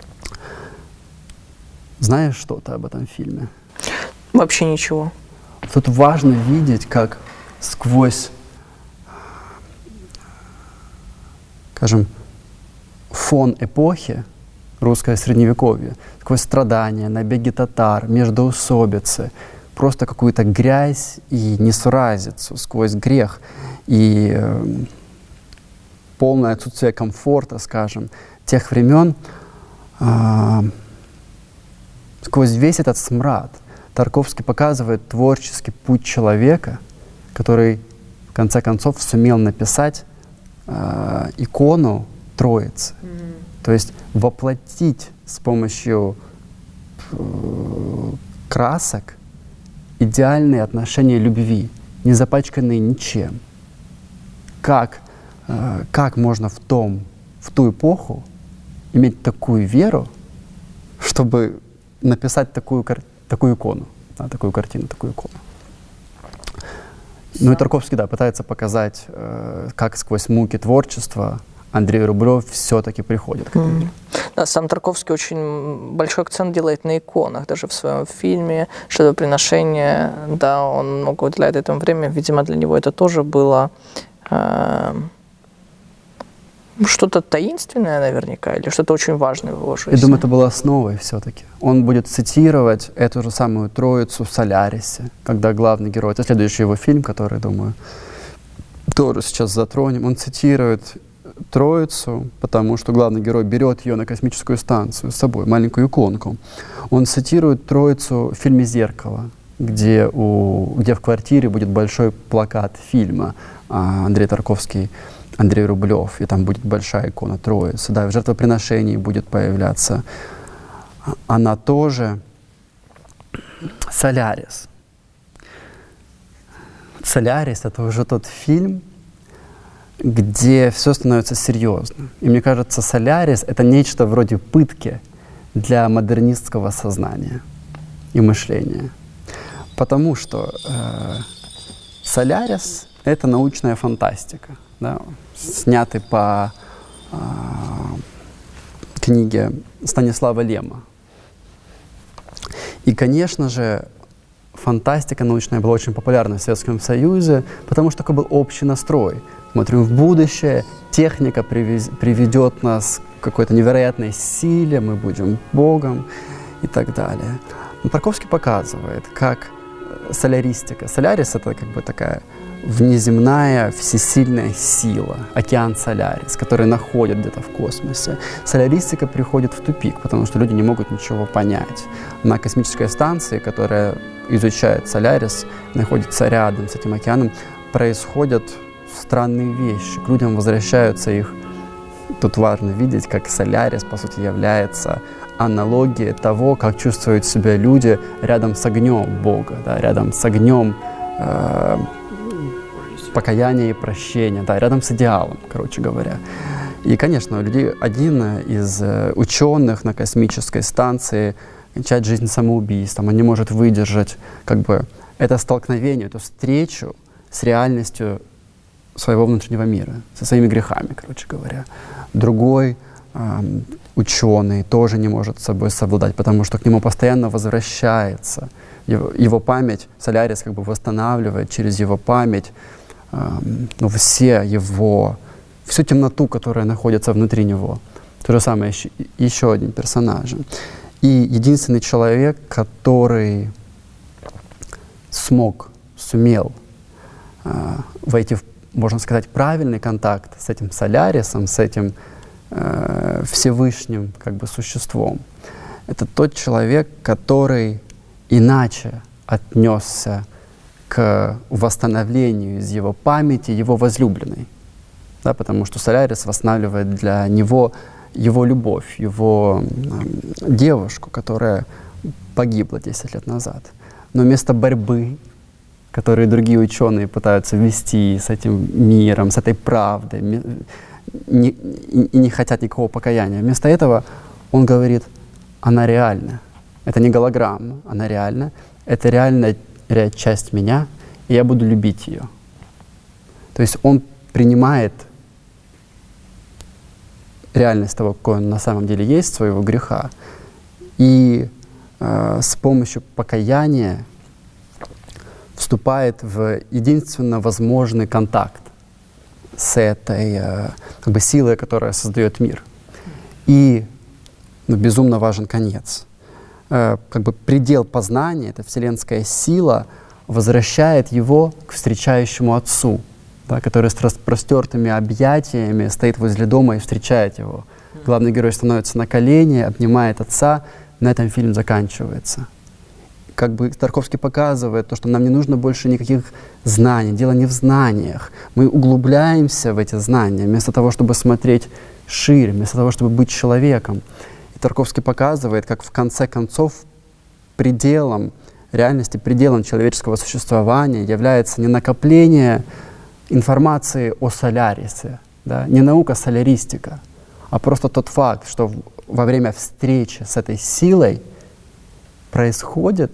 Знаешь что-то об этом фильме? Вообще ничего. Тут важно видеть, как сквозь, скажем, фон эпохи, русское средневековье, сквозь страдания, набеги татар, междоусобицы, просто какую-то грязь и несуразицу, сквозь грех и э, полное отсутствие комфорта, скажем, тех времен, э, сквозь весь этот смрад Тарковский показывает творческий путь человека, который в конце концов сумел написать э, икону Троицы. Mm-hmm. То есть воплотить с помощью э, красок идеальные отношения любви, не запачканные ничем. Как, э, как можно в, том, в ту эпоху иметь такую веру, чтобы написать такую, такую икону, да, такую картину, такую икону. Ну и Тарковский, да, пытается показать, э, как сквозь муки творчества Андрей Рублев все-таки приходит к этому. Mm. Да, сам Тарковский очень большой акцент делает на иконах, даже в своем фильме «Жертвоприношение», да, он много уделяет этому время, видимо, для него это тоже было э, что-то таинственное наверняка, или что-то очень важное в его жизни. Я думаю, это было основой все-таки. Он будет цитировать эту же самую Троицу в «Солярисе», когда главный герой, это следующий его фильм, который, думаю, тоже сейчас затронем, он цитирует Троицу, потому что главный герой берет ее на космическую станцию с собой, маленькую иконку. Он цитирует Троицу в фильме «Зеркало», где, у, где в квартире будет большой плакат фильма а, Андрей Тарковский, Андрей Рублев, и там будет большая икона Троицы. Да, в «Жертвоприношении» будет появляться. Она тоже. «Солярис». «Солярис» — это уже тот фильм, где все становится серьезно. И мне кажется, «Солярис» — это нечто вроде пытки для модернистского сознания и мышления. Потому что э, «Солярис» — это научная фантастика, да, снятый по э, книге Станислава Лема. И, конечно же, фантастика научная была очень популярна в Советском Союзе, потому что такой был общий настрой. Смотрим в будущее, техника привез, приведет нас к какой-то невероятной силе, мы будем Богом и так далее. Но Тарковский показывает, как соляристика. Солярис — это как бы такая внеземная, всесильная сила, океан Солярис, который находит где-то в космосе. Соляристика приходит в тупик, потому что люди не могут ничего понять. На космической станции, которая изучает Солярис, находится рядом с этим океаном, происходят странные вещи. К людям возвращаются их. Тут важно видеть, как Солярис, по сути, является аналогией того, как чувствуют себя люди рядом с огнем Бога, да, рядом с огнем э, покаяния и прощения, да, рядом с идеалом, короче говоря. И, конечно, у людей один из ученых на космической станции кончает жизнь самоубийством. Он не может выдержать как бы это столкновение, эту встречу с реальностью своего внутреннего мира, со своими грехами, короче говоря. Другой э, ученый тоже не может с собой совладать, потому что к нему постоянно возвращается его, его память. Солярис как бы восстанавливает через его память э, ну, все его, всю темноту, которая находится внутри него. То же самое еще, еще один персонаж. И единственный человек, который смог, сумел э, войти в, можно сказать, правильный контакт с этим Солярисом, с этим э, Всевышним как бы существом. Это тот человек, который иначе отнесся к восстановлению из его памяти его возлюбленной. Да, потому что Солярис восстанавливает для него его любовь, его э, девушку, которая погибла десять лет назад. Но вместо борьбы, которые другие ученые пытаются вести с этим миром, с этой правдой, не, и, и не хотят никакого покаяния. Вместо этого он говорит, она реальна. Это не голограмма, она реальна. Это реальная часть меня, и я буду любить ее. То есть он принимает реальность того, какой он на самом деле есть, своего греха, и э, с помощью покаяния вступает в единственно возможный контакт с этой э, как бы силой, которая создает мир. И ну, безумно важен конец. Э, как бы предел познания, эта вселенская сила, возвращает его к встречающему Отцу. да, который с распростертыми объятиями стоит возле дома и встречает его. Главный герой становится на колени, обнимает отца, на этом фильм заканчивается. Как бы Тарковский показывает то, что нам не нужно больше никаких знаний, дело не в знаниях. Мы углубляемся в эти знания, вместо того, чтобы смотреть шире, вместо того, чтобы быть человеком. И Тарковский показывает, как в конце концов пределом реальности, пределом человеческого существования является не накопление информации о Солярисе, да, не наука соляристика, а просто тот факт, что во время встречи с этой силой происходит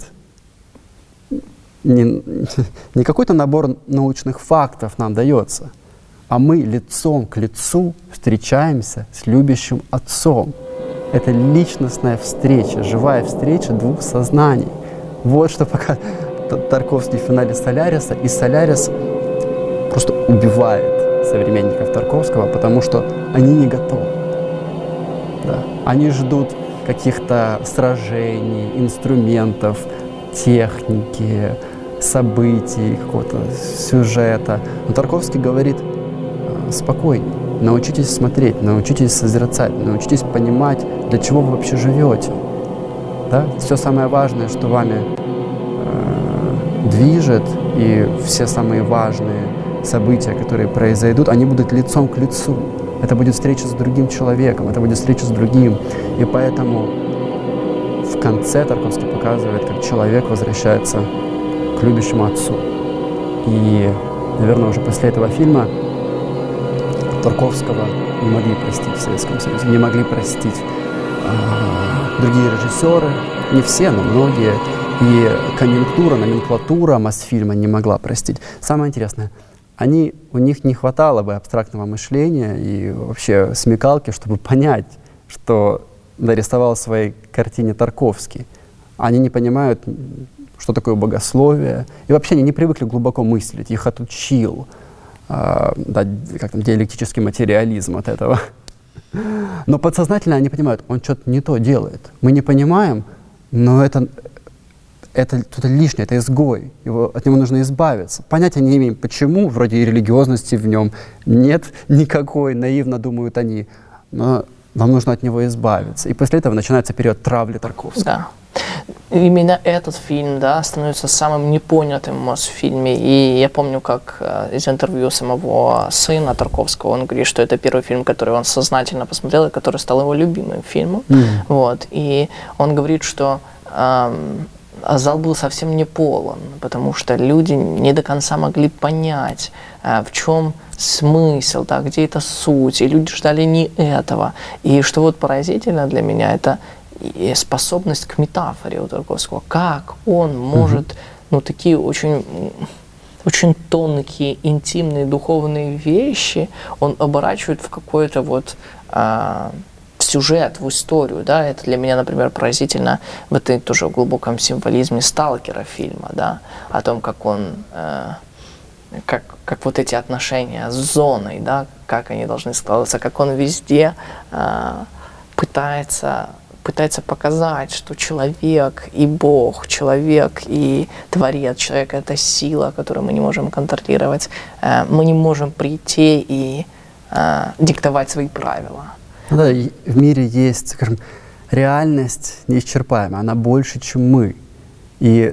не, не какой-то набор научных фактов нам дается, а мы лицом к лицу встречаемся с любящим отцом. Это личностная встреча, живая встреча двух сознаний. Вот что пока Тарковский в финале «Соляриса», и «Солярис» просто убивает современников Тарковского, потому что они не готовы. Да. Они ждут каких-то сражений, инструментов, техники, событий, какого-то сюжета. Но Тарковский говорит: спокойнее, научитесь смотреть, научитесь созерцать, научитесь понимать, для чего вы вообще живете. Да? Все самое важное, что вами э, движет, и все самые важные события, которые произойдут, они будут лицом к лицу. Это будет встреча с другим человеком, это будет встреча с другим. И поэтому в конце Тарковский показывает, как человек возвращается к любящему отцу. И, наверное, уже после этого фильма Тарковского не могли простить в Советском Союзе, не могли простить э, другие режиссеры, не все, но многие. И конъюнктура, номенклатура Мосфильма не могла простить. Самое интересное, они, у них не хватало бы абстрактного мышления и вообще смекалки, чтобы понять, что нарисовал в своей картине Тарковский. Они не понимают, что такое богословие, и вообще они не привыкли глубоко мыслить, их отучил э, да, как там, диалектический материализм от этого. Но подсознательно они понимают, он что-то не то делает. Мы не понимаем, но это... Это что-то лишнее, это изгой, его, от него нужно избавиться. Понятия не имеем, почему, вроде и религиозности в нем нет никакой, наивно думают они, но нам нужно от него избавиться. И после этого начинается период травли Тарковского. Да. Именно этот фильм, да, становится самым непонятым в Мосфильме. И я помню, как э, из интервью самого сына Тарковского, он говорит, что это первый фильм, который он сознательно посмотрел, и который стал его любимым фильмом. Mm. Вот. И он говорит, что... Эм, А зал был совсем не полон, потому что люди не до конца могли понять, в чем смысл, да, где эта суть, и люди ждали не этого. И что вот поразительно для меня, это способность к метафоре у Тарковского. Как он может, mm-hmm. ну, такие очень, очень тонкие, интимные, духовные вещи он оборачивает в какой-то вот... А, сюжет, в историю, да, это для меня, например, поразительно в этой тоже глубоком символизме «Сталкера» фильма, да, о том, как он, э, как, как вот эти отношения с зоной, да, как они должны складываться, как он везде э, пытается, пытается показать, что человек и Бог, человек и Творец, человек — это сила, которую мы не можем контролировать, э, мы не можем прийти и э, диктовать свои правила. Ну да, в мире есть, скажем, реальность неисчерпаемая, она больше, чем мы. И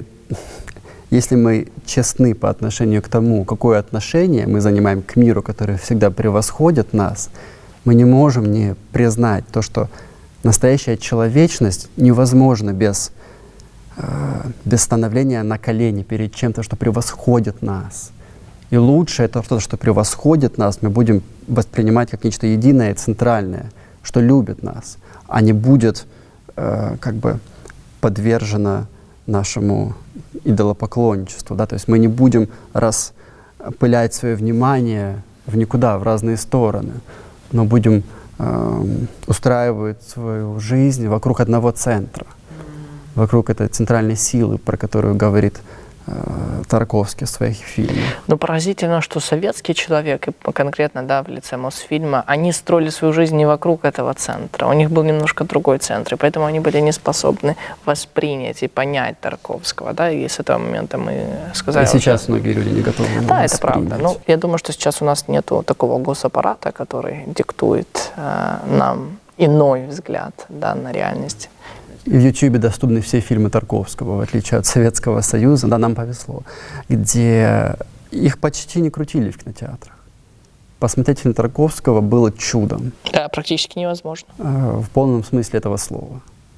если мы честны по отношению к тому, какое отношение мы занимаем к миру, который всегда превосходит нас, мы не можем не признать то, что настоящая человечность невозможна без, э, без становления на колени перед чем-то, что превосходит нас. И лучше это то, что превосходит нас, мы будем воспринимать как нечто единое и центральное, что любит нас, а не будет э, как бы подвержено нашему идолопоклонничеству. Да? То есть мы не будем распылять свое внимание в никуда, в разные стороны, но будем э, устраивать свою жизнь вокруг одного центра, вокруг этой центральной силы, про которую говорит Тарковский в своих фильмах. Ну, поразительно, что советский человек, и конкретно, да, в лице Мосфильма, они строили свою жизнь не вокруг этого центра. У них был немножко другой центр, и поэтому они были не способны воспринять и понять Тарковского, да, и с этого момента мы сказали... И сейчас уже... многие люди не готовы Да, это правда. Ну, я думаю, что сейчас у нас нету такого госаппарата, который диктует э, нам иной взгляд, да, на реальность. И в Ютьюбе доступны все фильмы Тарковского, в отличие от Советского Союза, да, нам повезло, где их почти не крутили в кинотеатрах. Посмотреть фильм Тарковского было чудом. Да, практически невозможно. В полном смысле этого слова.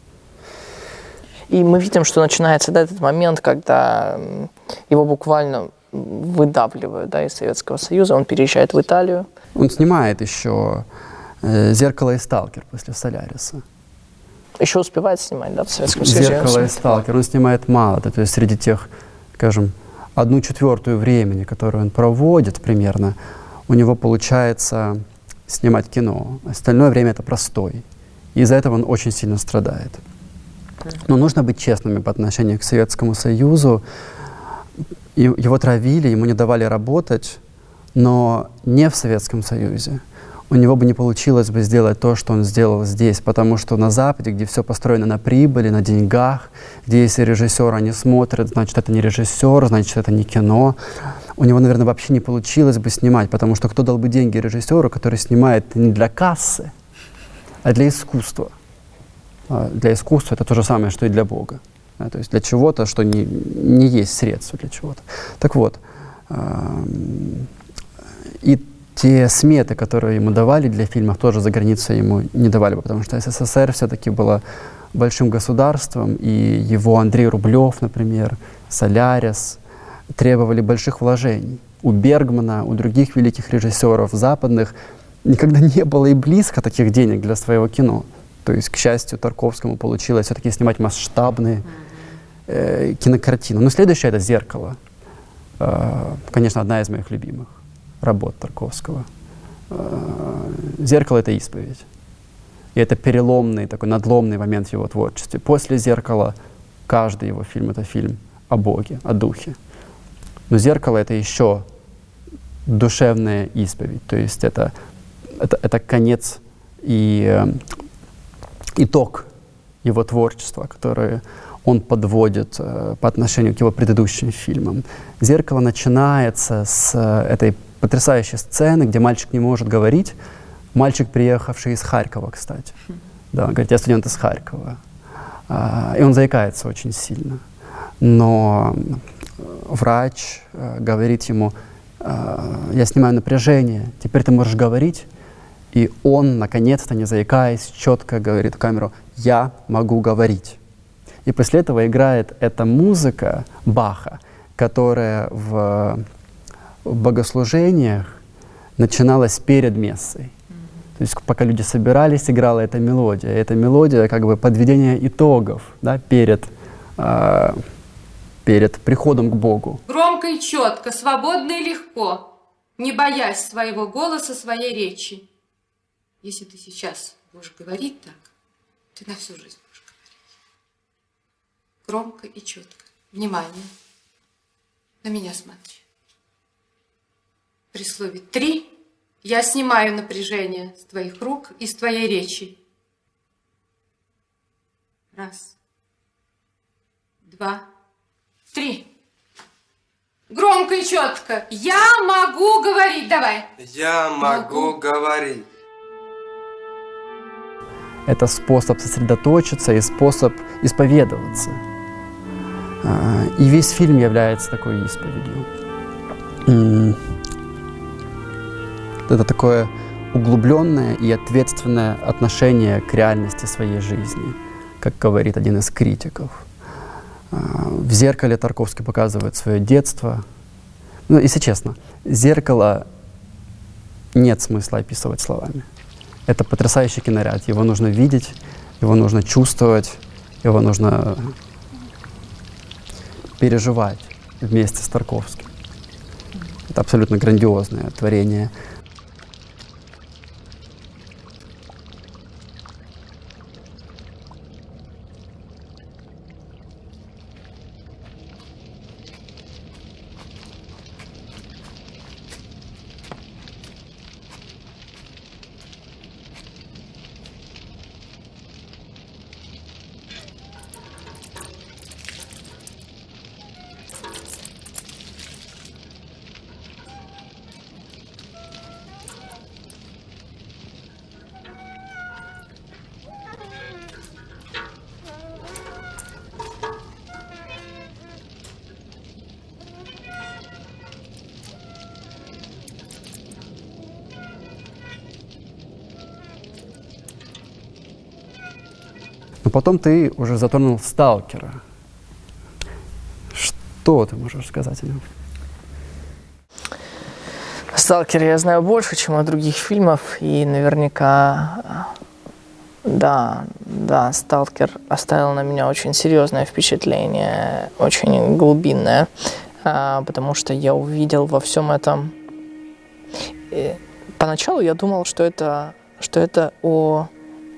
И мы видим, что начинается, да, этот момент, когда его буквально выдавливают, да, из Советского Союза, он переезжает в Италию. Он снимает еще «Зеркало» и «Сталкер» после «Соляриса». Еще успевает снимать, да, в Советском Союзе? «Зеркало» и «Сталкер». Он снимает мало, то есть среди тех, скажем, одну четвертую времени, которое он проводит примерно, у него получается снимать кино. Остальное время это простой. И из-за этого он очень сильно страдает. Но нужно быть честными по отношению к Советскому Союзу. Его травили, ему не давали работать, но не в Советском Союзе. У него бы не получилось бы сделать то, что он сделал здесь, потому что на Западе, где все построено на прибыли, на деньгах, где если режиссера не смотрят, значит, это не режиссер, значит, это не кино, у него, наверное, вообще не получилось бы снимать, потому что кто дал бы деньги режиссеру, который снимает не для кассы, а для искусства. А для искусства это то же самое, что и для Бога. Да, то есть для чего-то, что не, не есть средство для чего-то. Так вот, и те сметы, которые ему давали для фильмов, тоже за границей ему не давали, потому что СССР все-таки было большим государством, и его Андрей Рублев, например, «Солярис» требовали больших вложений. У Бергмана, у других великих режиссеров западных никогда не было и близко таких денег для своего кино. То есть, к счастью, Тарковскому получилось все-таки снимать масштабные э, кинокартины. Но следующее — это «Зеркало». Э, конечно, одна из моих любимых работ Тарковского. «Зеркало» — это исповедь. И это переломный, такой надломный момент в его творчестве. После «Зеркала» каждый его фильм — это фильм о Боге, о Духе. Но «Зеркало» — это еще душевная исповедь. То есть это, это, это конец и э, итог его творчества, который он подводит э, по отношению к его предыдущим фильмам. «Зеркало» начинается с э, этой потрясающей сцены, где мальчик не может говорить. Мальчик, приехавший из Харькова, кстати. Да, он говорит: я студент из Харькова. А, и он заикается очень сильно. Но врач а, говорит ему: а, я снимаю напряжение, теперь ты можешь говорить. И он, наконец-то, не заикаясь, четко говорит в камеру: я могу говорить. И после этого играет эта музыка Баха, которая в в богослужениях начиналась перед мессой. То есть пока люди собирались, играла эта мелодия. И эта мелодия как бы подведение итогов, да, перед, э, перед приходом к Богу. Громко и четко, свободно и легко, не боясь своего голоса, своей речи. Если ты сейчас будешь говорить так, ты на всю жизнь будешь говорить. Громко и четко. Внимание. На меня смотри. При слове «три» я снимаю напряжение с твоих рук и с твоей речи. Раз, два, три. Громко и четко. Я могу говорить. Давай. Я могу, могу. говорить. Это способ сосредоточиться и способ исповедоваться. И весь фильм является такой исповедью. Это такое углубленное и ответственное отношение к реальности своей жизни, как говорит один из критиков. В «Зеркале» Тарковский показывает свое детство. Ну, если честно, «Зеркало» нет смысла описывать словами. Это потрясающий киноряд. Его нужно видеть, его нужно чувствовать, его нужно переживать вместе с Тарковским. Это абсолютно грандиозное творение. Но потом ты уже затронул «Сталкера». Что ты можешь сказать о нем? «Сталкер» я знаю больше, чем о других фильмах, и наверняка, да, да, «Сталкер» оставил на меня очень серьезное впечатление, очень глубинное, потому что я увидел во всем этом... Поначалу я думал, что это, что это о,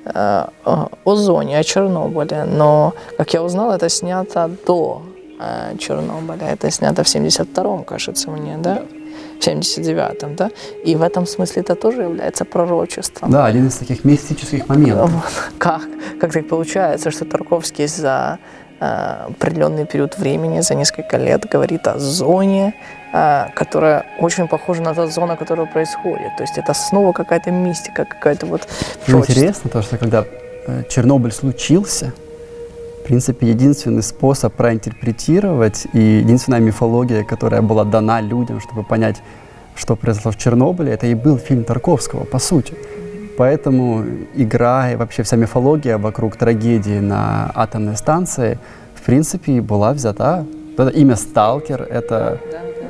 о, о зоне, о Чернобыле, но, как я узнал, это снято до Чернобыля, это снято в семьдесят втором, кажется мне, да? В семьдесят девятом, да? И в этом смысле это тоже является пророчеством. Да, один из таких мистических моментов. Вот. Как? Как так получается, что Тарковский за э, определенный период времени, за несколько лет говорит о зоне, э, которая очень похожа на ту зону, которая происходит. То есть это снова какая-то мистика, какая-то вот пророчество. Интересно то, что когда э, Чернобыль случился, в принципе, единственный способ проинтерпретировать и единственная мифология, которая была дана людям, чтобы понять, что произошло в Чернобыле, это и был фильм Тарковского, по сути. Поэтому игра и вообще вся мифология вокруг трагедии на атомной станции, в принципе, была взята. Это имя «Сталкер» — это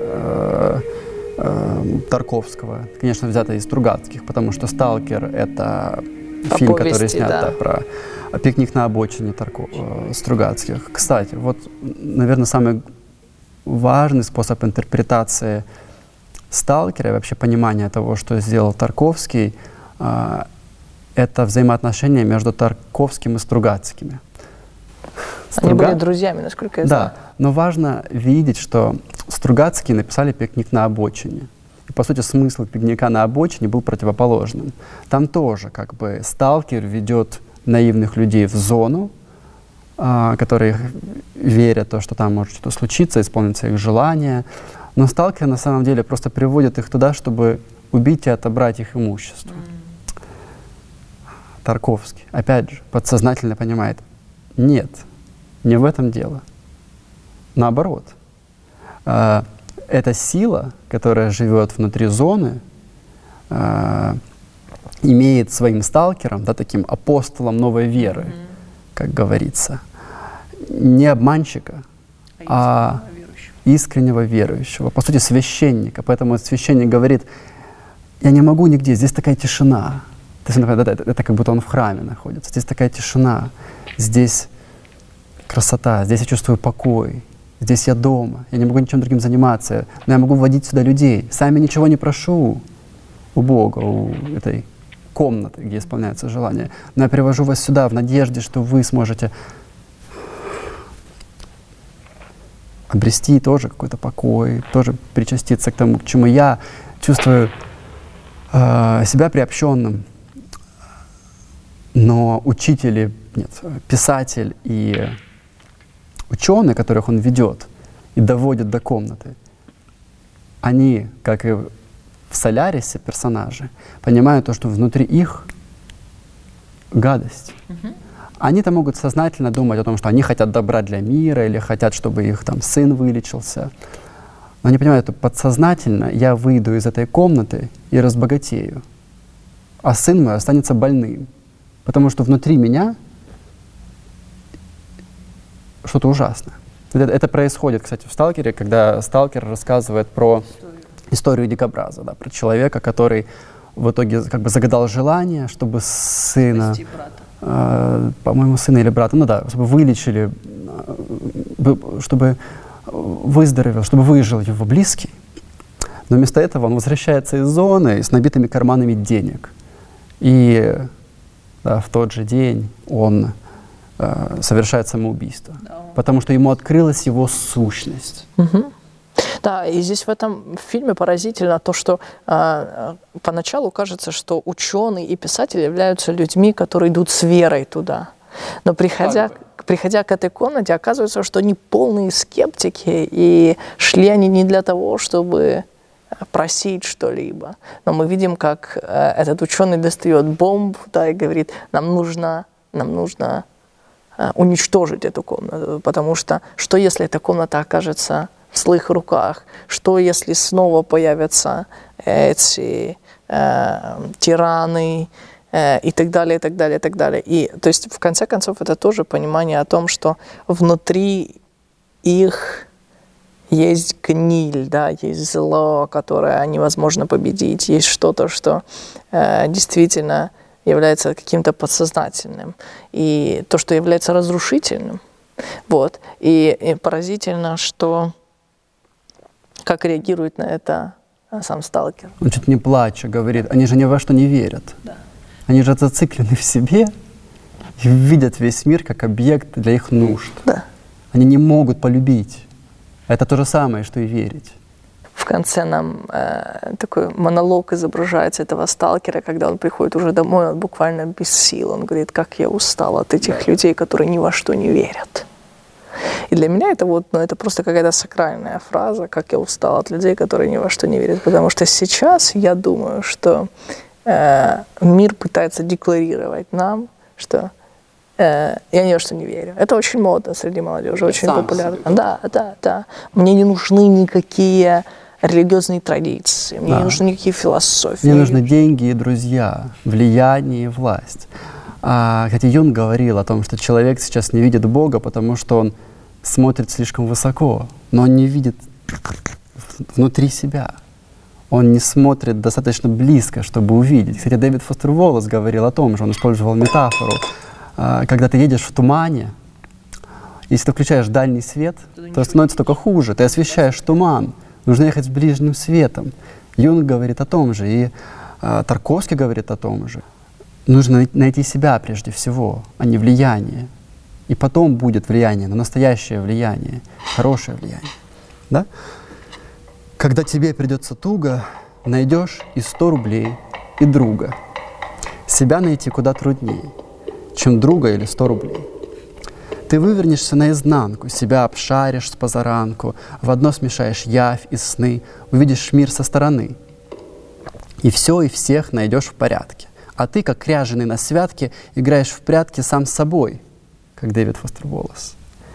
э, э, Тарковского, конечно, взято из Стругацких, потому что «Сталкер» — это фильм, Повести, который снят да. да, про «Пикник на обочине» Тарко, э, Стругацких. Кстати, вот, наверное, самый важный способ интерпретации «Сталкера» и вообще понимания того, что сделал Тарковский, э, это взаимоотношения между Тарковским и Стругацкими. Они Струга... были друзьями, насколько я да, знаю. Да, но важно видеть, что Стругацкие написали «Пикник на обочине». И, по сути, смысл «Пикника на обочине» был противоположным. Там тоже как бы сталкер ведет наивных людей в зону, а, которые верят в то, что там может что-то случиться, исполнится их желание. Но сталкер на самом деле просто приводит их туда, чтобы убить и отобрать их имущество. Mm. Тарковский, опять же, подсознательно понимает, нет, не в этом дело. Наоборот. А, эта сила, которая живет внутри зоны, а, имеет своим сталкером, да, таким апостолом новой веры, mm-hmm. как говорится, не обманщика, а, а верующего. искреннего верующего, по сути, священника. Поэтому священник говорит, я не могу нигде, здесь такая тишина. То есть, это, это, это как будто он в храме находится. Здесь такая тишина, здесь красота, здесь я чувствую покой, здесь я дома, я не могу ничем другим заниматься, но я могу вводить сюда людей. Сами ничего не прошу у Бога, у этой комнаты, где исполняются желания. Но я привожу вас сюда в надежде, что вы сможете обрести тоже какой-то покой, тоже причаститься к тому, к чему я чувствую э, себя приобщенным. Но учитель, нет, писатель и ученые, которых он ведет и доводит до комнаты, они, как и в «Солярисе» персонажи, понимают то, что внутри их гадость. Mm-hmm. Они-то могут сознательно думать о том, что они хотят добра для мира или хотят, чтобы их там сын вылечился. Но они понимают, что подсознательно я выйду из этой комнаты и разбогатею, а сын мой останется больным, потому что внутри меня что-то ужасное. Это, это происходит, кстати, в «Сталкере», когда сталкер рассказывает про историю дикобраза, да, про человека, который в итоге как бы загадал желание, чтобы сына, э, по-моему, сына или брата, ну да, чтобы вылечили, э, чтобы выздоровел, чтобы выжил его близкий. Но вместо этого он возвращается из зоны с набитыми карманами денег. И да, в тот же день он э, совершает самоубийство, да. Потому что ему открылась его сущность. Угу. Да, и здесь в этом фильме поразительно то, что э, поначалу кажется, что ученые и писатели являются людьми, которые идут с верой туда. Но приходя, приходя к этой комнате, оказывается, что они полные скептики, и шли они не для того, чтобы просить что-либо. Но мы видим, как э, этот ученый достает бомбу, да, и говорит, нам нужно, нам нужно э, уничтожить эту комнату, потому что что, если эта комната окажется в злых руках? Что, если снова появятся эти э, тираны, э, и так далее, и так далее, и так далее. И, то есть, в конце концов, это тоже понимание о том, что внутри их есть гниль, да, есть зло, которое невозможно победить, есть что-то, что э, действительно является каким-то подсознательным, и то, что является разрушительным. Вот. И, и поразительно, что как реагирует на это сам сталкер. Он чуть не плача говорит, они же ни во что не верят. Да. Они же зациклены в себе и видят весь мир как объект для их нужд. Да. Они не могут полюбить. Это то же самое, что и верить. В конце нам э, такой монолог изображается этого сталкера, когда он приходит уже домой, он буквально без сил. Он говорит, как я устал от этих людей, которые ни во что не верят. И для меня это вот, ну, это просто какая-то сакральная фраза, как я устал от людей, которые ни во что не верят. Потому что сейчас я думаю, что э, мир пытается декларировать нам, что э, я ни во что не верю. Это очень модно среди молодежи, очень Сам популярно. себе. Да, да, да. Мне не нужны никакие религиозные традиции, мне Да. не нужны никакие философии. Мне нужны деньги и друзья, влияние и власть. А, кстати, Юнг говорил о том, что человек сейчас не видит Бога, потому что он смотрит слишком высоко, но он не видит внутри себя. Он не смотрит достаточно близко, чтобы увидеть. Кстати, Дэвид Фостер Уоллес говорил о том же, он использовал метафору. А, когда ты едешь в тумане, если ты включаешь дальний свет, то становится только хуже. Ты освещаешь туман. Нужно ехать с ближним светом. Юнг говорит о том же, и а, Тарковский говорит о том же. Нужно найти себя прежде всего, а не влияние. И потом будет влияние, но настоящее влияние, хорошее влияние. Да? Когда тебе придется туго, найдешь и сто рублей, и друга. Себя найти куда труднее, чем друга или сто рублей. Ты вывернешься наизнанку, себя обшаришь с позаранку, в одно смешаешь явь и сны, увидишь мир со стороны. И все и всех найдешь в порядке. А ты, как ряженый на святке, играешь в прятки сам с собой, как Дэвид Фостер Уоллес.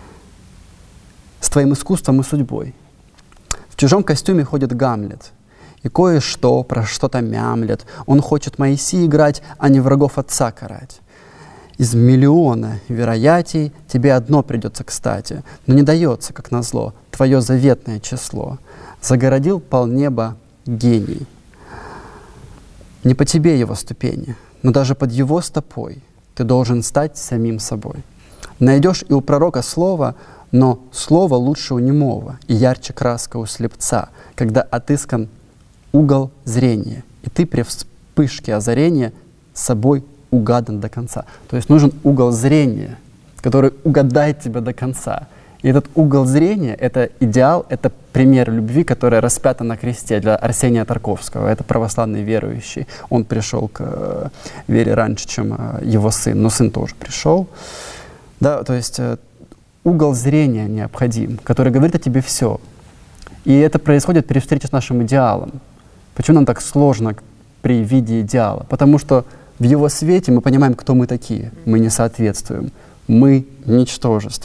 С твоим искусством и судьбой. В чужом костюме ходит Гамлет, и кое-что про что-то мямлет. Он хочет Моисея играть, а не врагов отца карать. Из миллиона вероятий тебе одно придется кстати, но не дается, как назло, твое заветное число. Загородил полнеба гений. Не по тебе его ступени, но даже под его стопой ты должен стать самим собой. Найдешь и у пророка слово, но слово лучше у немого, и ярче краска у слепца, когда отыскан угол зрения, и ты при вспышке озарения собой угадан до конца. То есть нужен угол зрения, который угадает тебя до конца. И этот угол зрения — это идеал, это пример любви, которая распята на кресте для Арсения Тарковского. Это православный верующий. Он пришел к э, вере раньше, чем э, его сын, но сын тоже пришел. Да, то есть э, угол зрения необходим, который говорит о тебе все. И это происходит при встрече с нашим идеалом. Почему нам так сложно при виде идеала? Потому что в его свете мы понимаем, кто мы такие. Мы не соответствуем. Мы — ничтожество.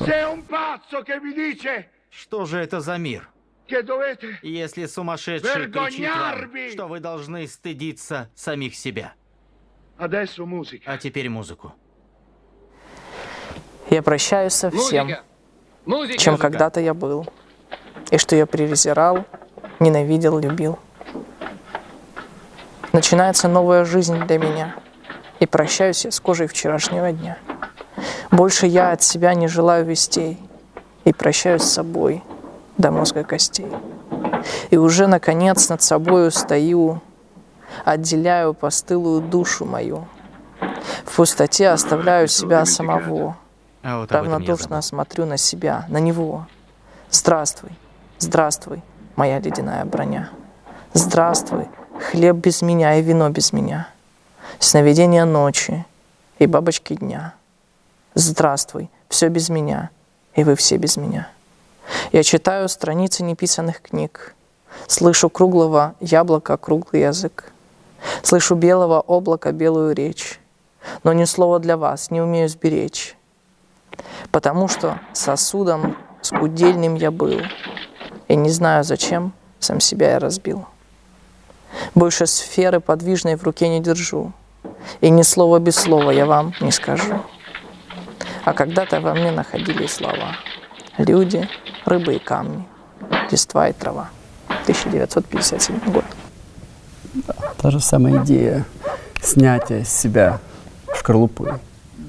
Что же это за мир? Если сумасшедший кричит вам, что вы должны стыдиться самих себя. А теперь музыку. Я прощаюсь со всем, чем когда-то я был, и что я презирал, ненавидел, любил. Начинается новая жизнь для меня, и прощаюсь я с кожей вчерашнего дня. Больше я от себя не желаю вестей, и прощаюсь с собой до мозга костей. И уже, наконец, над собою стою, отделяю постылую душу мою. В пустоте оставляю себя самого, А вот об этом я равнодушно забыл. смотрю на себя, на него. Здравствуй, здравствуй, моя ледяная броня. Здравствуй, хлеб без меня и вино без меня. Сновидения ночи и бабочки дня. Здравствуй, все без меня, и вы все без меня. Я читаю страницы неписанных книг, слышу круглого яблока круглый язык, слышу белого облака белую речь, но ни слова для вас не умею сберечь, потому что сосудом скудельным я был, и не знаю, зачем сам себя я разбил. Больше сферы подвижной в руке не держу, и ни слова без слова я вам не скажу. А когда-то во мне находились слова. Люди, рыбы и камни, листва и трава. тысяча девятьсот пятьдесят седьмой год. Да, та же самая идея снятия с себя шкарлупы.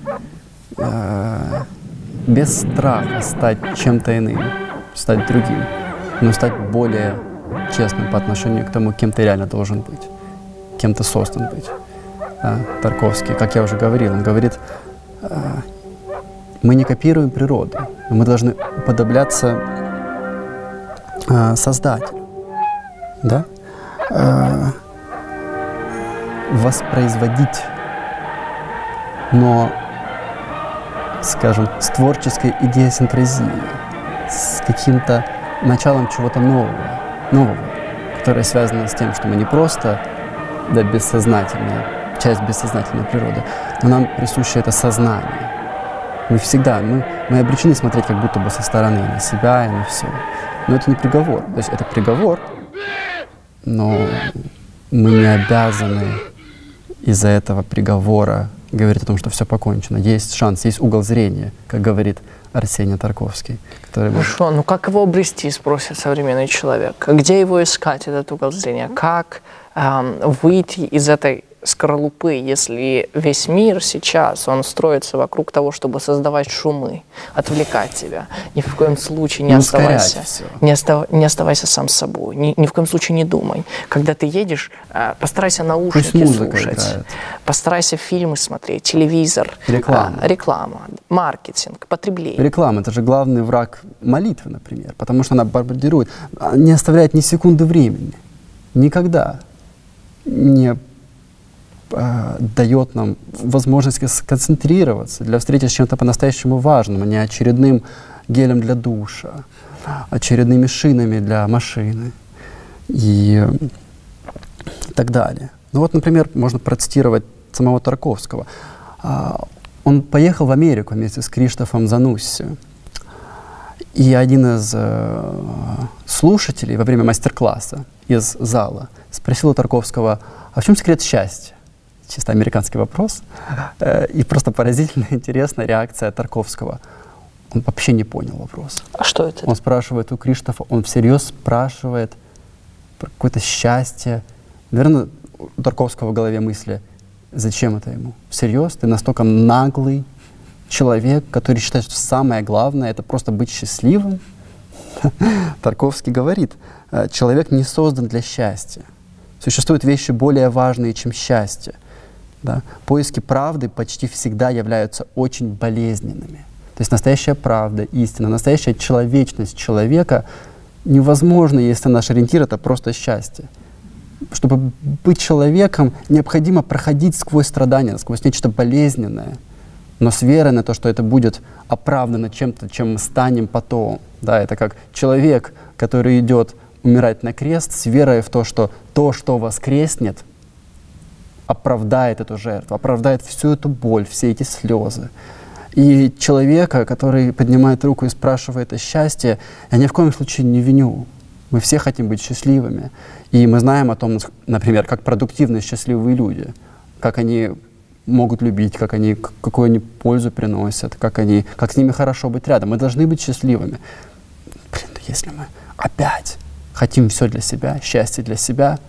Э-э- без страха стать чем-то иным, стать другим, но стать более честным по отношению к тому, кем ты реально должен быть, кем ты создан быть. Да, Тарковский, как я уже говорил, он говорит, э- мы не копируем природу, но мы должны уподобляться э- Создателю. Да? Э- воспроизводить, но, скажем, с творческой идиосинкразией, с каким-то началом чего-то нового, нового, которое связано с тем, что мы не просто да, бессознательная, часть бессознательной природы, но нам присуще это сознание. Мы всегда, мы, мы обречены смотреть как будто бы со стороны на себя и на все. Но это не приговор. То есть это приговор, но мы не обязаны из-за этого приговора говорит о том, что все покончено. Есть шанс, есть угол зрения, как говорит Арсений Тарковский. Который Хорошо, будет... ну как его обрести, спросит современный человек? Где его искать, этот угол зрения? Как эм, выйти из этой скорлупы, если весь мир сейчас, он строится вокруг того, чтобы создавать шумы, отвлекать тебя? Ни в коем случае не, не оставайся, не, остав, не оставайся сам с собой, ни, ни в коем случае не думай. Когда ты едешь, э, постарайся наушники слушать, играет. Постарайся фильмы смотреть, телевизор, реклама. Э, реклама, маркетинг, потребление. Реклама — это же главный враг молитвы, например, потому что она бомбардирует, не оставляет ни секунды времени, никогда не дает нам возможность сконцентрироваться для встречи с чем-то по-настоящему важным, а не очередным гелем для душа, очередными шинами для машины и, и так далее. Ну вот, например, можно процитировать самого Тарковского. Он поехал в Америку вместе с Криштофом Занусси, и один из э, слушателей во время мастер-класса из зала спросил у Тарковского: а в чем секрет счастья? Чисто американский вопрос. И просто поразительно интересная реакция Тарковского. Он вообще не понял вопрос. А что это? Он спрашивает у Криштофа, он всерьез спрашивает про какое-то счастье. Наверное, у Тарковского в голове мысли: зачем это ему? Всерьез? Ты настолько наглый человек, который считает, что самое главное — это просто быть счастливым? Тарковский говорит, человек не создан для счастья. Существуют вещи более важные, чем счастье. Да? Поиски правды почти всегда являются очень болезненными. То есть настоящая правда, истина, настоящая человечность человека невозможна, если наш ориентир — это просто счастье. Чтобы быть человеком, необходимо проходить сквозь страдания, сквозь нечто болезненное, но с верой на то, что это будет оправдано чем-то, чем мы станем потом. Да? Это как человек, который идет умирать на крест с верой в то, что то, что воскреснет, оправдает эту жертву, оправдает всю эту боль, все эти слезы. И человека, который поднимает руку и спрашивает о счастье, я ни в коем случае не виню. Мы все хотим быть счастливыми. И мы знаем о том, например, как продуктивны счастливые люди, как они могут любить, как они, какую они пользу приносят, как, они, как с ними хорошо быть рядом. Мы должны быть счастливыми. Блин, ну если мы опять хотим все для себя, счастье для себя,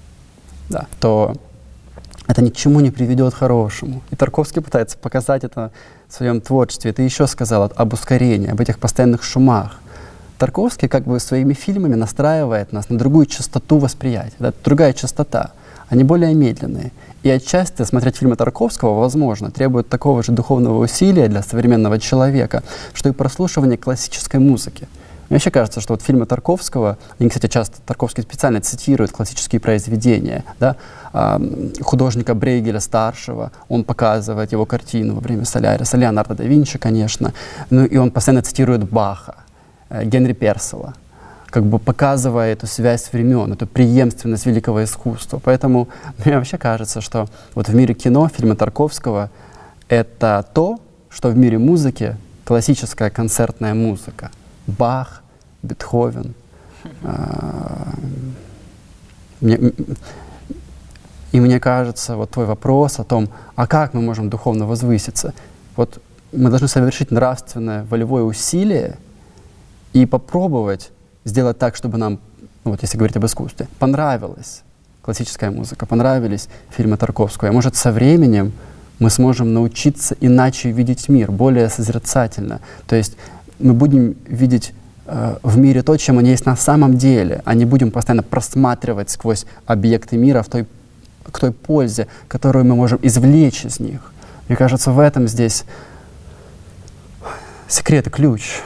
да, то это ни к чему не приведет хорошему. И Тарковский пытается показать это в своем творчестве. Ты еще сказал об ускорении, об этих постоянных шумах. Тарковский как бы своими фильмами настраивает нас на другую частоту восприятия. Да, другая частота. Они более медленные. И отчасти смотреть фильмы Тарковского, возможно, требует такого же духовного усилия для современного человека, что и прослушивание классической музыки. Мне вообще кажется, что вот фильмы Тарковского, они, кстати, часто Тарковский специально цитирует классические произведения, да, а, художника Брейгеля-старшего, он показывает его картину во время «Соляриса», Леонардо да Винчи, конечно, ну и он постоянно цитирует Баха, э, Генри Перселла, как бы показывая эту связь времен, эту преемственность великого искусства. Поэтому мне вообще кажется, что вот в мире кино фильмы Тарковского — это то, что в мире музыки классическая концертная музыка. Бах, Бетховен. И И мне кажется, вот твой вопрос о том, а как мы можем духовно возвыситься, вот мы должны совершить нравственное, волевое усилие и попробовать сделать так, чтобы нам, ну, вот если говорить об искусстве, понравилась классическая музыка, понравились фильмы Тарковского. И может со временем мы сможем научиться иначе видеть мир, более созерцательно. То есть мы будем видеть э, в мире то, чем он есть на самом деле, а не будем постоянно просматривать сквозь объекты мира в той, к той пользе, которую мы можем извлечь из них. Мне кажется, в этом здесь секрет и ключ.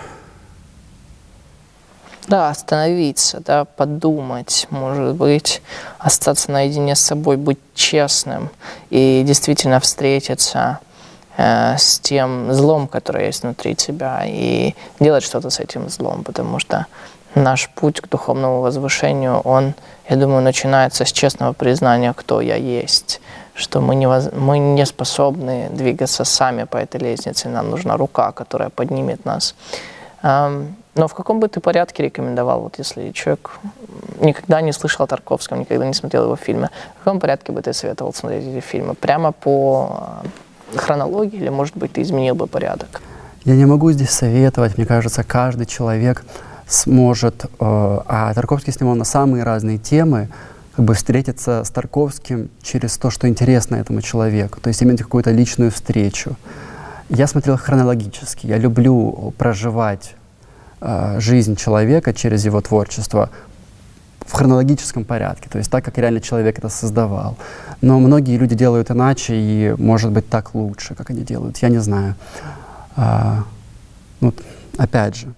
Да, остановиться, да, подумать, может быть, остаться наедине с собой, быть честным и действительно встретиться э, с тем злом, которое есть внутри тебя, и делать что-то с этим злом, потому что наш путь к духовному возвышению, он, я думаю, начинается с честного признания, кто я есть, что мы не, воз... мы не способны двигаться сами по этой лестнице, нам нужна рука, которая поднимет нас. Эм, Но в каком бы ты порядке рекомендовал, вот если человек никогда не слышал о Тарковском, никогда не смотрел его фильмы, в каком порядке бы ты советовал смотреть эти фильмы? Прямо по хронологии или, может быть, ты изменил бы порядок? Я не могу здесь советовать. Мне кажется, каждый человек сможет, э, а Тарковский снимал на самые разные темы, как бы встретиться с Тарковским через то, что интересно этому человеку, то есть иметь какую-то личную встречу. Я смотрел хронологически. Я люблю проживать жизнь человека через его творчество в хронологическом порядке, то есть так, как реально человек это создавал. Но многие люди делают иначе, и, может быть, так лучше, как они делают. Я не знаю. А, ну, опять же,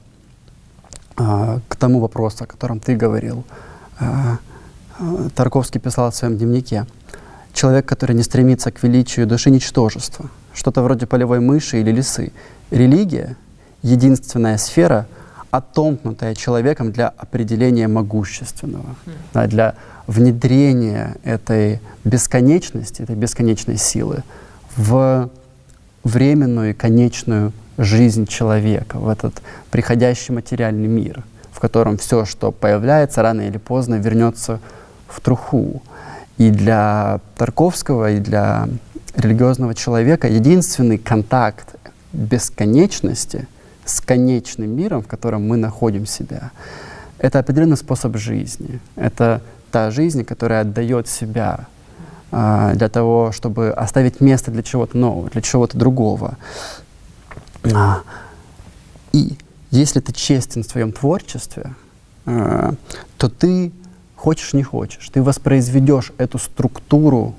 а, к тому вопросу, о котором ты говорил. А, а, Тарковский писал в своем дневнике: «Человек, который не стремится к величию души, ничтожество, что-то вроде полевой мыши или лисы. Религия — единственная сфера, отомкнутая человеком для определения могущественного, mm. да, для внедрения этой бесконечности, этой бесконечной силы в временную и конечную жизнь человека, в этот приходящий материальный мир, в котором все, что появляется, рано или поздно вернется в труху». И для Тарковского, и для религиозного человека единственный контакт бесконечности с конечным миром, в котором мы находим себя, это определенный способ жизни. Это та жизнь, которая отдает себя а, для того, чтобы оставить место для чего-то нового, для чего-то другого. А, и если ты честен в своем творчестве, а, то ты, хочешь не хочешь, ты воспроизведешь эту структуру,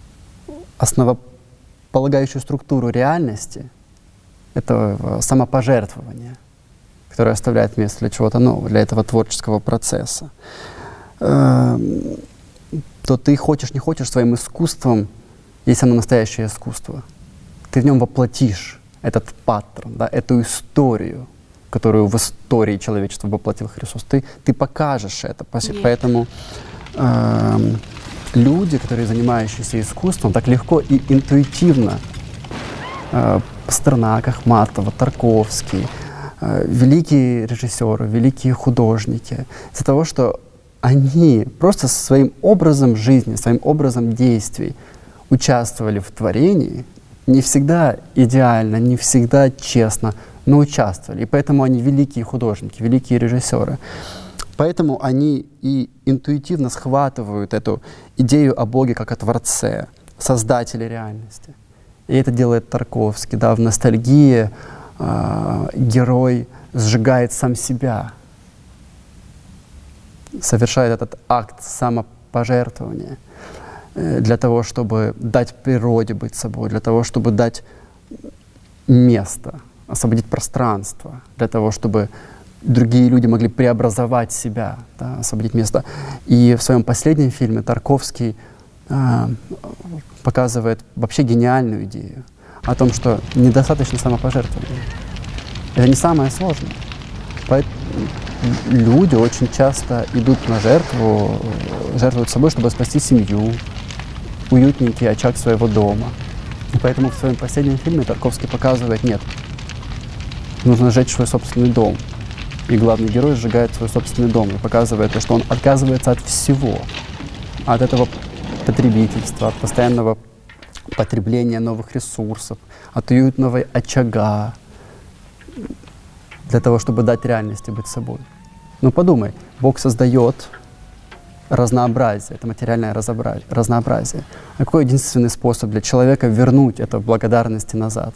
основополагающую структуру реальности, этого самопожертвования, которое оставляет место для чего-то нового, для этого творческого процесса, э, то ты хочешь, не хочешь, своим искусством, если оно настоящее искусство, ты в нем воплотишь этот паттерн, да, эту историю, которую в истории человечества воплотил Христос. Ты, ты покажешь это. Поэтому э, люди, которые занимающиеся искусством, так легко и интуитивно э, Пастернак, Ахматова, Тарковский, э, великие режиссеры, великие художники, из-за того, что они просто своим образом жизни, своим образом действий участвовали в творении, не всегда идеально, не всегда честно, но участвовали. И поэтому они великие художники, великие режиссеры. Поэтому они и интуитивно схватывают эту идею о Боге как о Творце, Создателе реальности. И это делает Тарковский. Да, в «Ностальгии» э, герой сжигает сам себя, совершает этот акт самопожертвования э, для того, чтобы дать природе быть собой, для того, чтобы дать место, освободить пространство, для того, чтобы другие люди могли преобразовать себя, да, освободить место. И в своем последнем фильме Тарковский э, показывает вообще гениальную идею о том, что недостаточно самопожертвования. Это не самое сложное. Поэтому люди очень часто идут на жертву, жертвуют собой, чтобы спасти семью, уютненький очаг своего дома. И поэтому в своем последнем фильме Тарковский показывает: нет, нужно сжечь свой собственный дом. И главный герой сжигает свой собственный дом и показывает то, что он отказывается от всего, от этого потребительства, от постоянного потребления новых ресурсов, от уютного очага, для того, чтобы дать реальности быть собой. Ну подумай, Бог создает разнообразие, это материальное разнообразие. А какой единственный способ для человека вернуть это в благодарности назад?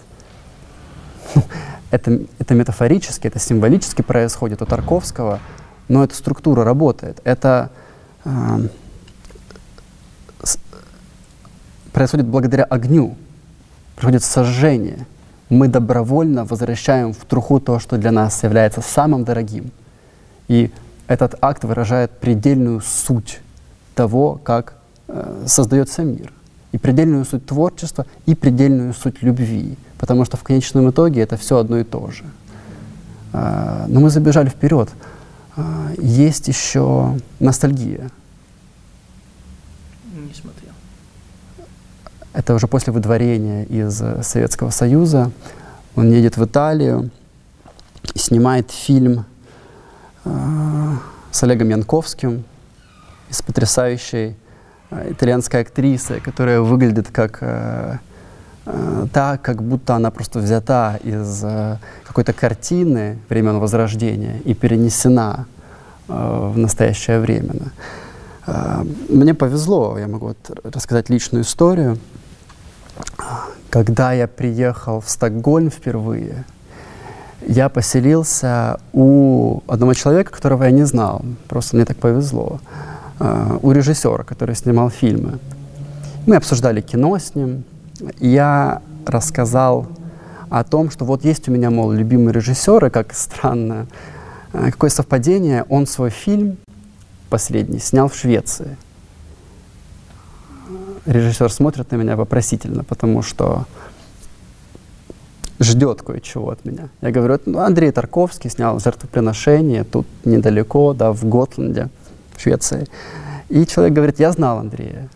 Это, это метафорически, это символически происходит у Тарковского, но эта структура работает. Это э, с, происходит благодаря огню, происходит сожжение. Мы добровольно возвращаем в труху то, что для нас является самым дорогим. И этот акт выражает предельную суть того, как э, создается мир. И предельную суть творчества, и предельную суть любви. Потому что в конечном итоге это все одно и то же. Э, но мы забежали вперед. Э, есть еще ностальгия. Не смотрел. Это уже после выдворения из Советского Союза. Он едет в Италию, снимает фильм э, с Олегом Янковским, с потрясающей э, итальянской актрисой, которая выглядит как, э, э, так, как будто она просто взята из э, какой-то картины времен Возрождения и перенесена э, в настоящее время. Э, мне повезло, я могу вот рассказать личную историю. Когда я приехал в Стокгольм впервые, я поселился у одного человека, которого я не знал, просто мне так повезло, uh, у режиссера, который снимал фильмы. Мы обсуждали кино с ним, и я рассказал о том, что вот есть у меня, мол, любимый режиссер, и как странно, uh, какое совпадение, он свой фильм последний снял в Швеции. Режиссер смотрит на меня вопросительно, потому что ждет кое-чего от меня. Я говорю, ну, Андрей Тарковский снял «Жертвоприношение» тут недалеко, да, в Готланде, в Швеции. И человек говорит, я знал Андрея,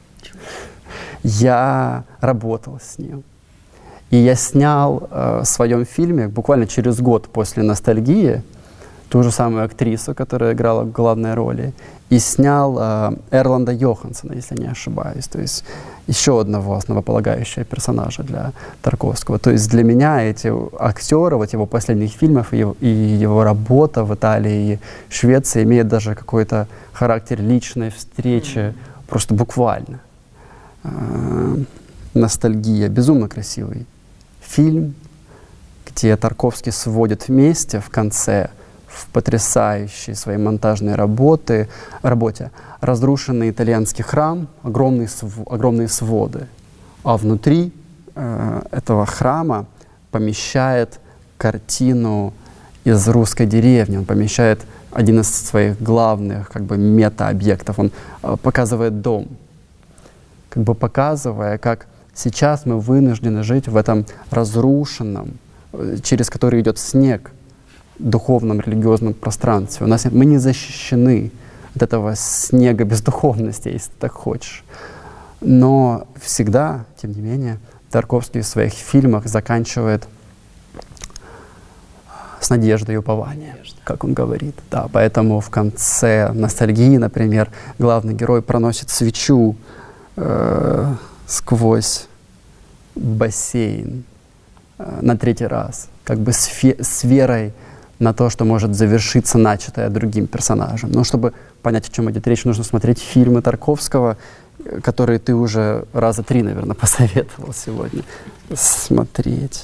я работал с ним. И я снял э, в своем фильме буквально через год после «Ностальгии» ту же самую актрису, которая играла в главной роли, и снял э, Эрланда Йохансона, если не ошибаюсь, то есть еще одного основополагающего персонажа для Тарковского. То есть для меня эти актеры, вот его последних фильмов и его, и его работа в Италии и Швеции имеет даже какой-то характер личной встречи, mm-hmm. просто буквально. Э, «Ностальгия», безумно красивый фильм, где Тарковский сводит вместе в конце в потрясающей своей монтажной работы, работе разрушенный итальянский храм, огромные, св, огромные своды. А внутри э, этого храма помещает картину из русской деревни. Он помещает один из своих главных как бы, мета-объектов. Он э, показывает дом, как бы показывая, как сейчас мы вынуждены жить в этом разрушенном, э, через который идет снег, духовном, религиозном пространстве. У нас нет, мы не защищены от этого снега бездуховности, если ты так хочешь. Но всегда, тем не менее, Тарковский в своих фильмах заканчивает с надеждой и упованием, как он говорит. Да, поэтому в конце «Ностальгии», например, главный герой проносит свечу э, сквозь бассейн э, на третий раз, как бы с, фе- с верой на то, что может завершиться начатое другим персонажем. Но чтобы понять, о чем идет речь, нужно смотреть фильмы Тарковского, которые ты уже раза три, наверное, посоветовал сегодня смотреть.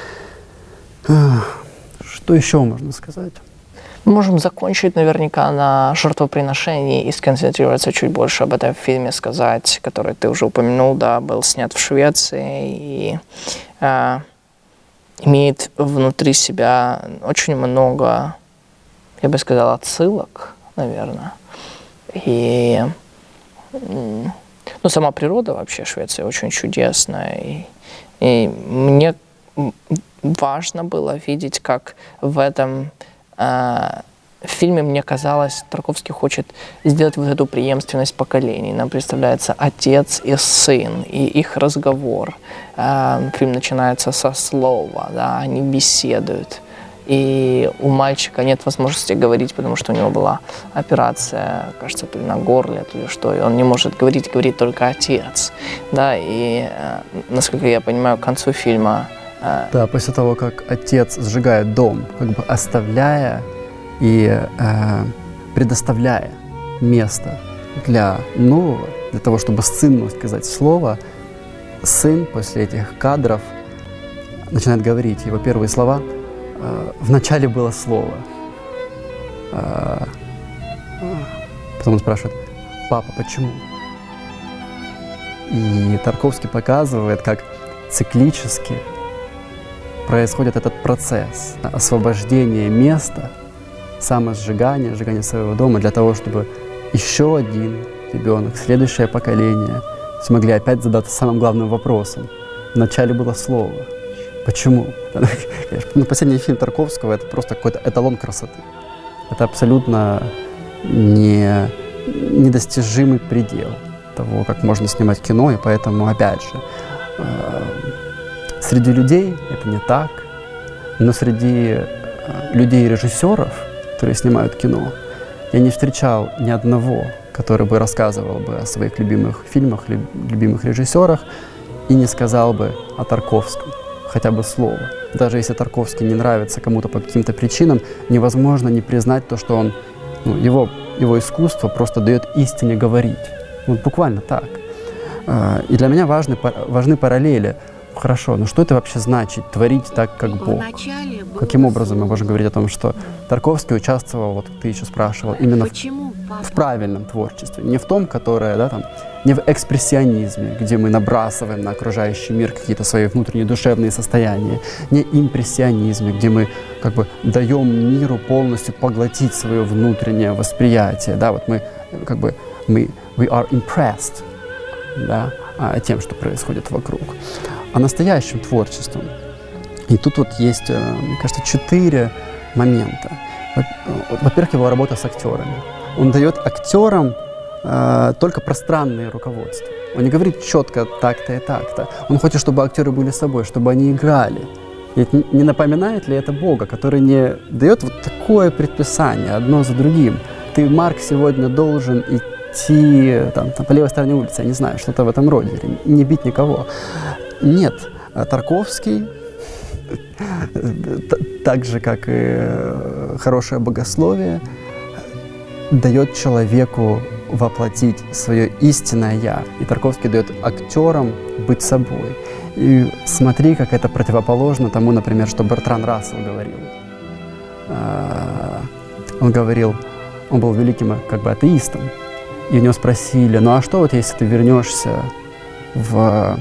Что еще можно сказать? Мы можем закончить наверняка на «Жертвоприношении» и сконцентрироваться чуть больше об этом фильме, сказать, который ты уже упомянул, да, был снят в Швеции и э, имеет внутри себя очень много, я бы сказал, отсылок, наверное. И ну, сама природа вообще Швеции очень чудесная. И, и мне важно было видеть, как в этом э, фильме, мне казалось, Тарковский хочет сделать вот эту преемственность поколений. Нам представляется отец и сын, и их разговор. Э, фильм начинается со слова, да, они беседуют. И у мальчика нет возможности говорить, потому что у него была операция, кажется, то ли на горле, то ли что, и он не может говорить, говорит только отец. Да, и, насколько я понимаю, к концу фильма... Да, после того, как отец сжигает дом, как бы оставляя и э, предоставляя место для нового, для того, чтобы сыну сказать слово, сын после этих кадров начинает говорить его первые слова. Вначале было слово. Потом он спрашивает: папа, почему? И Тарковский показывает, как циклически происходит этот процесс освобождения места, самосжигания, сжигания своего дома для того, чтобы еще один ребенок, следующее поколение смогли опять задаться самым главным вопросом. Вначале было слово. Почему? Ну, последний фильм Тарковского — это просто какой-то эталон красоты. Это абсолютно не, недостижимый предел того, как можно снимать кино, и поэтому, опять же, э, среди людей это не так, но среди э, людей-режиссеров, которые снимают кино, я не встречал ни одного, который бы рассказывал бы о своих любимых фильмах, любимых режиссерах и не сказал бы о Тарковском хотя бы слово. Даже если Тарковский не нравится кому-то по каким-то причинам, невозможно не признать то, что он, ну, его, его искусство просто дает истине говорить. Вот буквально так. И для меня важны, важны параллели. Хорошо, но что это вообще значит, творить так, как Бог? Каким образом мы можем говорить о том, что Тарковский участвовал, вот ты еще спрашивал, именно в, в правильном творчестве, не в том, которое, да, там, не в экспрессионизме, где мы набрасываем на окружающий мир какие-то свои внутренние душевные состояния, не импрессионизме, где мы как бы даем миру полностью поглотить свое внутреннее восприятие, да, вот мы как бы мы we are impressed, да, тем, что происходит вокруг, а настоящим творчеством. И тут вот есть, мне кажется, четыре момента. Во-первых, его работа с актерами. Он дает актерам э, только пространные руководства. Он не говорит четко так-то и так-то. Он хочет, чтобы актеры были собой, чтобы они играли. И не напоминает ли это Бога, который не дает вот такое предписание одно за другим? Ты, Марк, сегодня должен идти там, там, по левой стороне улицы, я не знаю, что-то в этом роде, или не бить никого. Нет, Тарковский, так же, как и хорошее богословие, дает человеку воплотить свое истинное «я». И Тарковский дает актерам быть собой. И смотри, как это противоположно тому, например, что Бертран Рассел говорил. Он говорил, он был великим как бы атеистом. И у него спросили: ну а что вот если ты вернешься в...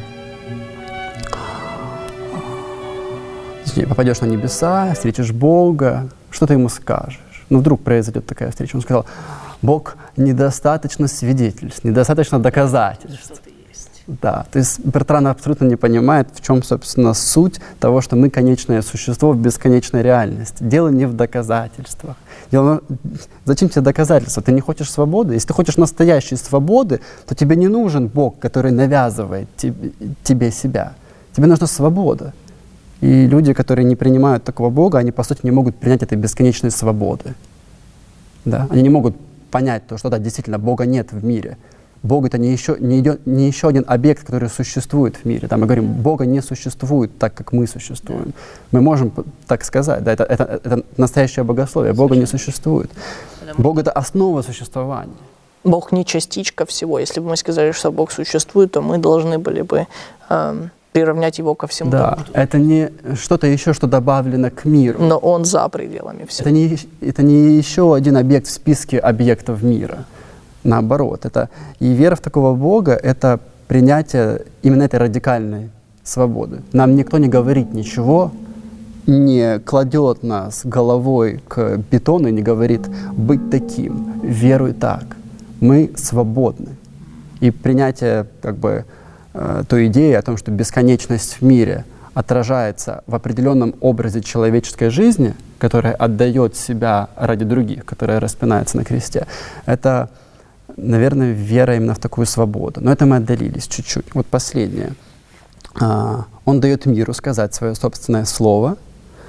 попадешь на небеса, встретишь Бога, что ты ему скажешь? Ну вдруг произойдет такая встреча. Он сказал: Бог недостаточно свидетельств, недостаточно доказательств. Да, то есть Бертран абсолютно не понимает, в чем, собственно, суть того, что мы конечное существо в бесконечной реальности. Дело не в доказательствах. Дело... Зачем тебе доказательства? Ты не хочешь свободы? Если ты хочешь настоящей свободы, то тебе не нужен Бог, который навязывает тебе, тебе себя. Тебе нужна свобода. И люди, которые не принимают такого Бога, они, по сути, не могут принять этой бесконечной свободы. Да? Они не могут понять то, что да, действительно, Бога нет в мире. Бог — это не еще, не, идет, не еще один объект, который существует в мире. Там мы говорим, Бога не существует так, как мы существуем. Мы можем так сказать, да, это, это, это настоящее богословие. Бога не существует. Бог — это основа существования. Бог не частичка всего. Если бы мы сказали, что Бог существует, то мы должны были бы э, приравнять Его ко всему. Да, это не что-то еще, что добавлено к миру. Но Он за пределами всего. Это не, это не еще один объект в списке объектов мира. Наоборот, это и вера в такого Бога — это принятие именно этой радикальной свободы. Нам никто не говорит ничего, не кладет нас головой к бетону и не говорит быть таким, веруй так. Мы свободны. И принятие как бы э, той идеи о том, что бесконечность в мире отражается в определенном образе человеческой жизни, которая отдает себя ради других, которая распинается на кресте, это, наверное, вера именно в такую свободу. Но это мы отдалились чуть-чуть. Вот последнее. А, он дает миру сказать свое собственное слово.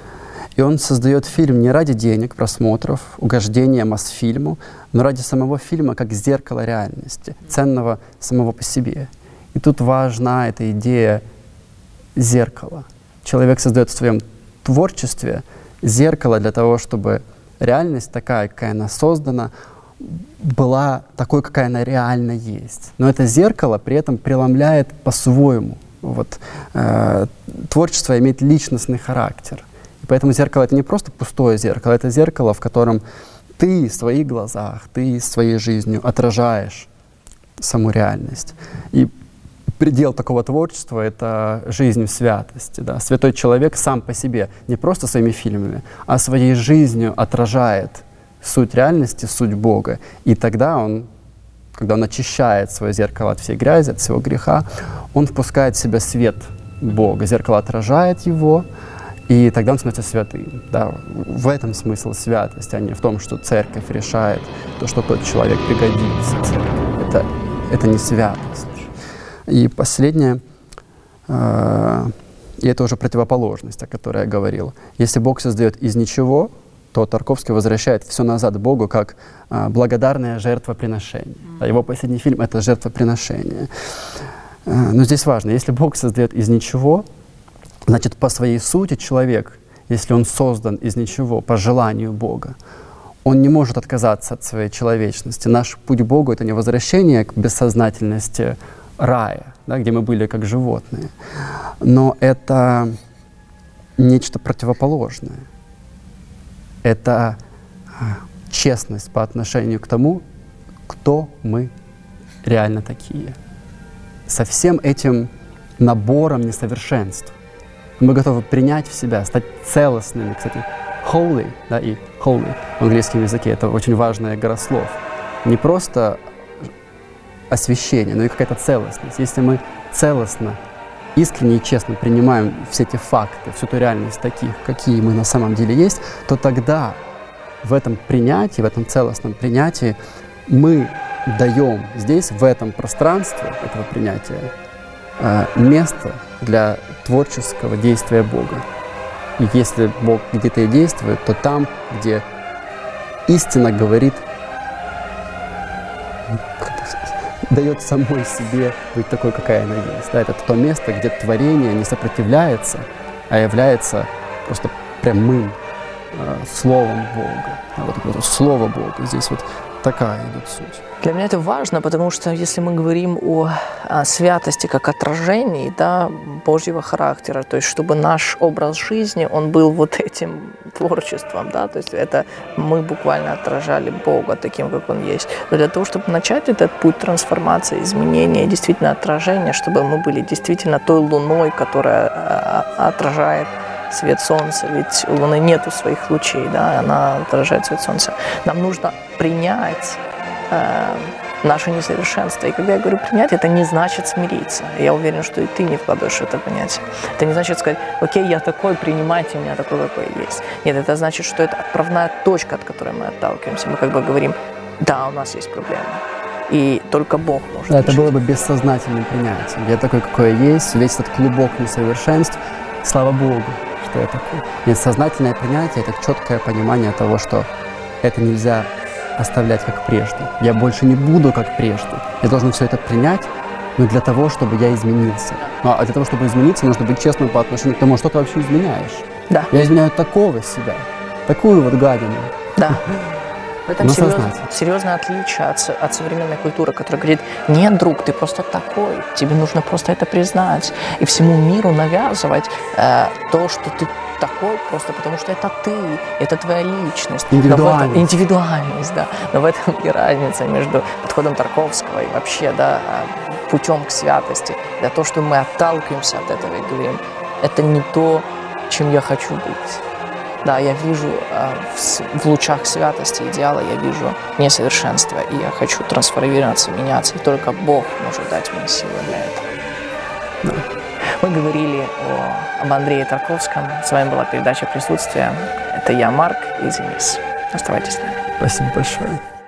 И он создает фильм не ради денег, просмотров, угождения Мосфильму, но ради самого фильма как зеркала реальности, ценного самого по себе. И тут важна эта идея зеркала. Человек создает в своем творчестве зеркало для того, чтобы реальность такая, какая она создана, была такой, какая она реально есть. Но это зеркало при этом преломляет по-своему. Вот, э, творчество имеет личностный характер. И поэтому зеркало — это не просто пустое зеркало, это зеркало, в котором ты в своих глазах, ты своей жизнью отражаешь саму реальность. И предел такого творчества — это жизнь в святости. Да? Святой человек сам по себе, не просто своими фильмами, а своей жизнью отражает суть реальности, суть Бога. И тогда он, когда он очищает свое зеркало от всей грязи, от всего греха, он впускает в себя свет Бога. Зеркало отражает его, и тогда он становится святым. Да? В этом смысл святости, а не в том, что церковь решает то, что тот человек пригодится церкви. Это, это не святость. И последнее, э, и это уже противоположность, о которой я говорил. Если Бог создает из ничего, то Тарковский возвращает все назад Богу как э, благодарное жертвоприношение. А его последний фильм — это жертвоприношение. Э, но здесь важно, если Бог создает из ничего, значит, по своей сути человек, если он создан из ничего, по желанию Бога, он не может отказаться от своей человечности. Наш путь к Богу — это не возвращение к бессознательности рая, да, где мы были как животные, но это нечто противоположное. Это честность по отношению к тому, кто мы реально такие. Со всем этим набором несовершенств мы готовы принять в себя, стать целостными. Кстати, holy, да, и holy в английском языке — это очень важное горослов. Не просто освящение, но и какая-то целостность. Если мы целостно, искренне и честно принимаем все эти факты, всю ту реальность таких, какие мы на самом деле есть, то тогда в этом принятии, в этом целостном принятии мы даем здесь, в этом пространстве этого принятия, место для творческого действия Бога. И если Бог где-то и действует, то там, где истина говорит, дает самой себе быть такой, какая она есть. Да, это то место, где творение не сопротивляется, а является просто прямым э, словом Бога. Да, вот, вот, слово Бога. Здесь вот такая идет суть. Для меня это важно, потому что если мы говорим о, о святости как отражении, да, Божьего характера, то есть чтобы наш образ жизни, он был вот этим творчеством, да, то есть это мы буквально отражали Бога таким, как Он есть. Но для того, чтобы начать этот путь трансформации, изменения, действительно отражения, чтобы мы были действительно той луной, которая отражает свет солнца, ведь у Луны нету своих лучей, да, она отражает свет солнца. Нам нужно принять э, наше несовершенство. И когда я говорю принять, это не значит смириться. Я уверен, что и ты не вкладываешь в это понятие. Это не значит сказать, окей, я такой, принимайте меня такой, какой я есть. Нет, это значит, что это отправная точка, от которой мы отталкиваемся. Мы как бы говорим, да, у нас есть проблема. И только Бог может да, это решить. было бы бессознательным принятием. Я такой, какой я есть, весь этот клубок несовершенств, слава Богу, что я такой. Нет, сознательное принятие — это четкое понимание того, что это нельзя оставлять как прежде. Я больше не буду как прежде. Я должен все это принять, но для того, чтобы я изменился. Ну, а для того, чтобы измениться, нужно быть честным по отношению к тому, что ты вообще изменяешь. Да. Я изменяю такого себя, такую вот гадину. Да. В этом Но серьезное, серьезное отличие от, от современной культуры, которая говорит, нет, друг, ты просто такой, тебе нужно просто это признать. И всему миру навязывать э, то, что ты такой, просто потому что это ты, это твоя личность. Индивидуальность. Этом, индивидуальность, да. Но в этом и разница между подходом Тарковского и вообще, да, путем к святости. Для того, что мы отталкиваемся от этого и говорим, это не то, чем я хочу быть. Да, я вижу э, в, в лучах святости, идеала, я вижу несовершенство, и я хочу трансформироваться, меняться, и только Бог может дать мне силы для этого. Да. Мы говорили о, об Андрее Тарковском. С вами была передача «Присутствие». Это я, Марк, и Денис. Оставайтесь с нами. Спасибо большое.